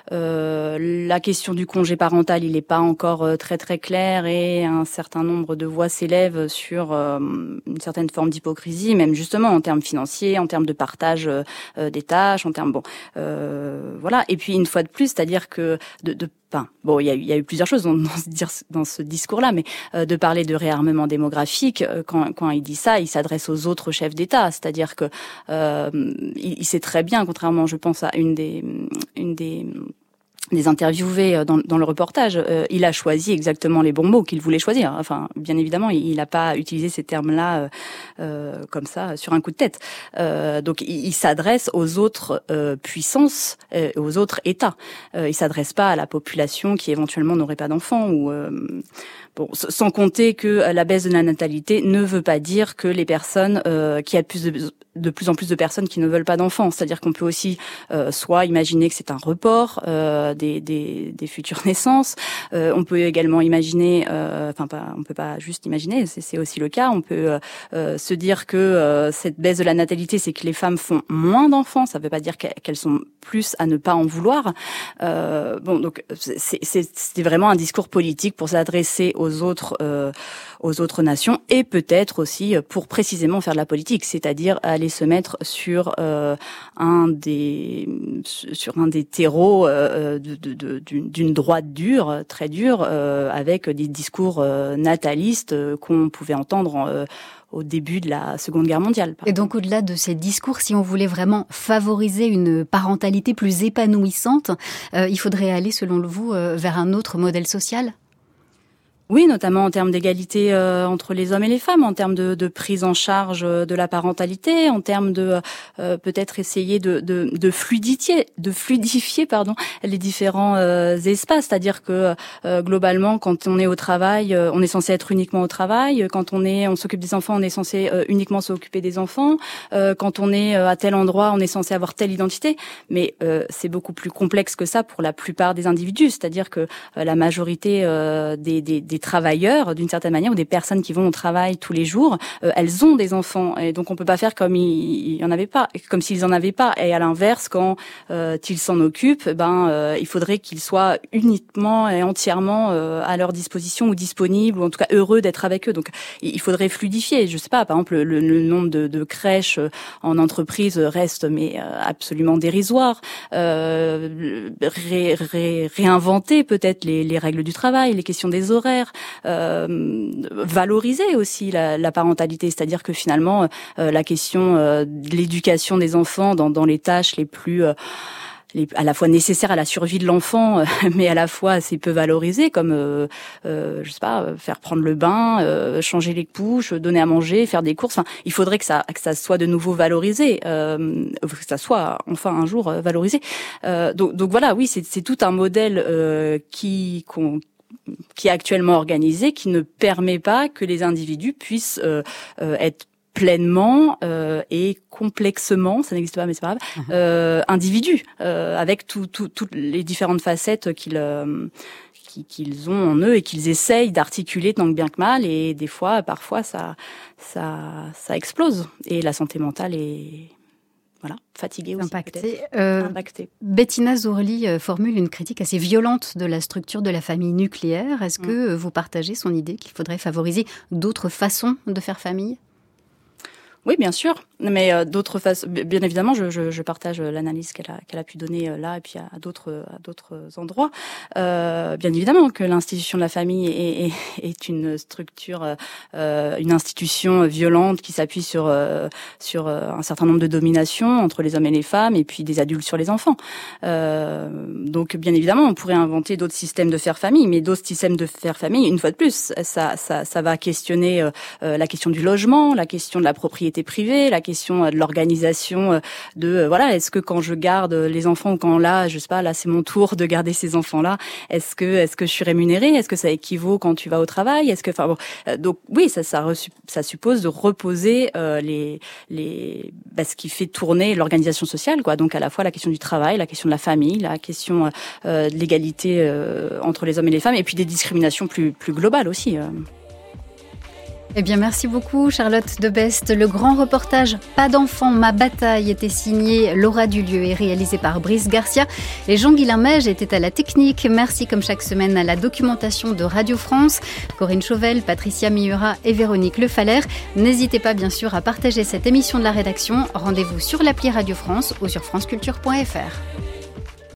S13: Euh, la question du congé parental, il n'est pas encore euh, très très clair et un certain nombre de voix s'élèvent sur euh, une certaine forme d'hypocrisie, même justement en termes financiers, en termes de partage euh, des tâches, en termes bon, euh, voilà. Et puis une fois de plus, c'est-à-dire que de, de Enfin, bon, il y a, il y a eu plusieurs choses dans, dans, ce, dans ce discours-là, mais euh, de parler de réarmement démographique, euh, quand, quand il dit ça, il s'adresse aux autres chefs d'État, c'est-à-dire que euh, il, il sait très bien, contrairement, je pense, à une des, une des des interviewés dans, dans le reportage, euh, il a choisi exactement les bons mots qu'il voulait choisir. Enfin, bien évidemment, il n'a pas utilisé ces termes-là euh, euh, comme ça sur un coup de tête. Euh, donc, il, il s'adresse aux autres euh, puissances, euh, aux autres États. Euh, il s'adresse pas à la population qui éventuellement n'aurait pas d'enfants ou euh, bon, sans compter que la baisse de la natalité ne veut pas dire que les personnes euh, qui a plus de de plus en plus de personnes qui ne veulent pas d'enfants. C'est-à-dire qu'on peut aussi euh, soit imaginer que c'est un report euh, des, des, des futures naissances. Euh, on peut également imaginer, euh, enfin pas, on peut pas juste imaginer, c'est, c'est aussi le cas. On peut euh, se dire que euh, cette baisse de la natalité, c'est que les femmes font moins d'enfants. Ça ne veut pas dire qu'elles sont plus à ne pas en vouloir. Euh, bon, donc c'est, c'est, c'est vraiment un discours politique pour s'adresser aux autres, euh, aux autres nations et peut-être aussi pour précisément faire de la politique, c'est-à-dire aller se mettre sur euh, un des sur un des terreaux euh, de, de, de, d'une, d'une droite dure, très dure, euh, avec des discours euh, natalistes euh, qu'on pouvait entendre en, euh, au début de la Seconde Guerre mondiale.
S5: Et donc au-delà de ces discours, si on voulait vraiment favoriser une parentalité plus épanouissante, euh, il faudrait aller, selon vous, euh, vers un autre modèle social ?
S13: Oui, notamment en termes d'égalité euh, entre les hommes et les femmes, en termes de, de prise en charge de la parentalité, en termes de euh, peut-être essayer de, de, de fluidifier, de fluidifier pardon, les différents euh, espaces. C'est-à-dire que euh, globalement, quand on est au travail, euh, on est censé être uniquement au travail. Quand on est, on s'occupe des enfants, on est censé euh, uniquement s'occuper des enfants. Euh, quand on est euh, à tel endroit, on est censé avoir telle identité. Mais euh, c'est beaucoup plus complexe que ça pour la plupart des individus. C'est-à-dire que euh, la majorité euh, des, des, des travailleurs, d'une certaine manière, ou des personnes qui vont au travail tous les jours, euh, elles ont des enfants, et donc on peut pas faire comme il y en avait pas, comme s'ils en avaient pas. Et à l'inverse, quand euh, ils s'en occupent, ben euh, il faudrait qu'ils soient uniquement et entièrement euh, à leur disposition ou disponibles, ou en tout cas heureux d'être avec eux. Donc il faudrait fluidifier. Je sais pas, par exemple, le, le nombre de, de crèches en entreprise reste mais euh, absolument dérisoire. Euh, ré, ré, réinventer peut-être les, les règles du travail, les questions des horaires. Euh, valoriser aussi la, la parentalité, c'est-à-dire que finalement euh, la question euh, de l'éducation des enfants dans, dans les tâches les plus euh, les, à la fois nécessaires à la survie de l'enfant, euh, mais à la fois assez peu valorisées, comme euh, euh, je sais pas, faire prendre le bain, euh, changer les couches, donner à manger, faire des courses. Enfin, il faudrait que ça que ça soit de nouveau valorisé, euh, que ça soit enfin un jour valorisé. Euh, donc, donc voilà, oui, c'est, c'est tout un modèle euh, qui qu'on qui est actuellement organisé, qui ne permet pas que les individus puissent euh, euh, être pleinement euh, et complexement, ça n'existe pas mais c'est pas grave, euh, individus, euh, avec tout, tout, toutes les différentes facettes qu'ils, euh, qu'ils ont en eux et qu'ils essayent d'articuler tant que bien que mal, et des fois, parfois, ça, ça, ça explose. Et la santé mentale est... Voilà, fatiguée aussi.
S5: Impactée. Euh,
S13: Impactée.
S5: Bettina Zourli euh, formule une critique assez violente de la structure de la famille nucléaire. Est-ce mmh. que vous partagez son idée qu'il faudrait favoriser d'autres façons de faire famille ?
S13: Oui, bien sûr, mais euh, d'autres façons. Bien évidemment, je, je, je partage l'analyse qu'elle a, qu'elle a pu donner euh, là et puis à, à d'autres, à d'autres endroits. Euh, bien évidemment que l'institution de la famille est, est, est une structure, euh, une institution violente qui s'appuie sur euh, sur un certain nombre de dominations entre les hommes et les femmes, et puis des adultes sur les enfants. Euh, donc, bien évidemment, on pourrait inventer d'autres systèmes de faire famille, mais d'autres systèmes de faire famille, une fois de plus, ça, ça, ça va questionner euh, la question du logement, la question de la propriété privée, la question de l'organisation de voilà, est-ce que quand je garde les enfants, ou quand là, je sais pas, là c'est mon tour de garder ces enfants-là, est-ce que est-ce que je suis rémunérée, est-ce que ça équivaut quand tu vas au travail, est-ce que enfin bon, donc oui, ça ça ça suppose de reposer euh, les les bah, ce qui fait tourner l'organisation sociale, quoi. Donc à la fois la question du travail, la question de la famille, la question euh, de l'égalité euh, entre les hommes et les femmes, et puis des discriminations plus plus globales aussi. Euh.
S5: Eh bien, merci beaucoup, Charlotte Debest. Le grand reportage « Pas d'enfants, ma bataille » était signé Laura Dulieu et réalisé par Brice Garcia. Et Jean-Guilain Meige était à la technique. Merci, comme chaque semaine, à la documentation de Radio France. Corinne Chauvel, Patricia Miura et Véronique Le Faller. N'hésitez pas, bien sûr, à partager cette émission de la rédaction. Rendez-vous sur l'appli Radio France ou sur franceculture point f r.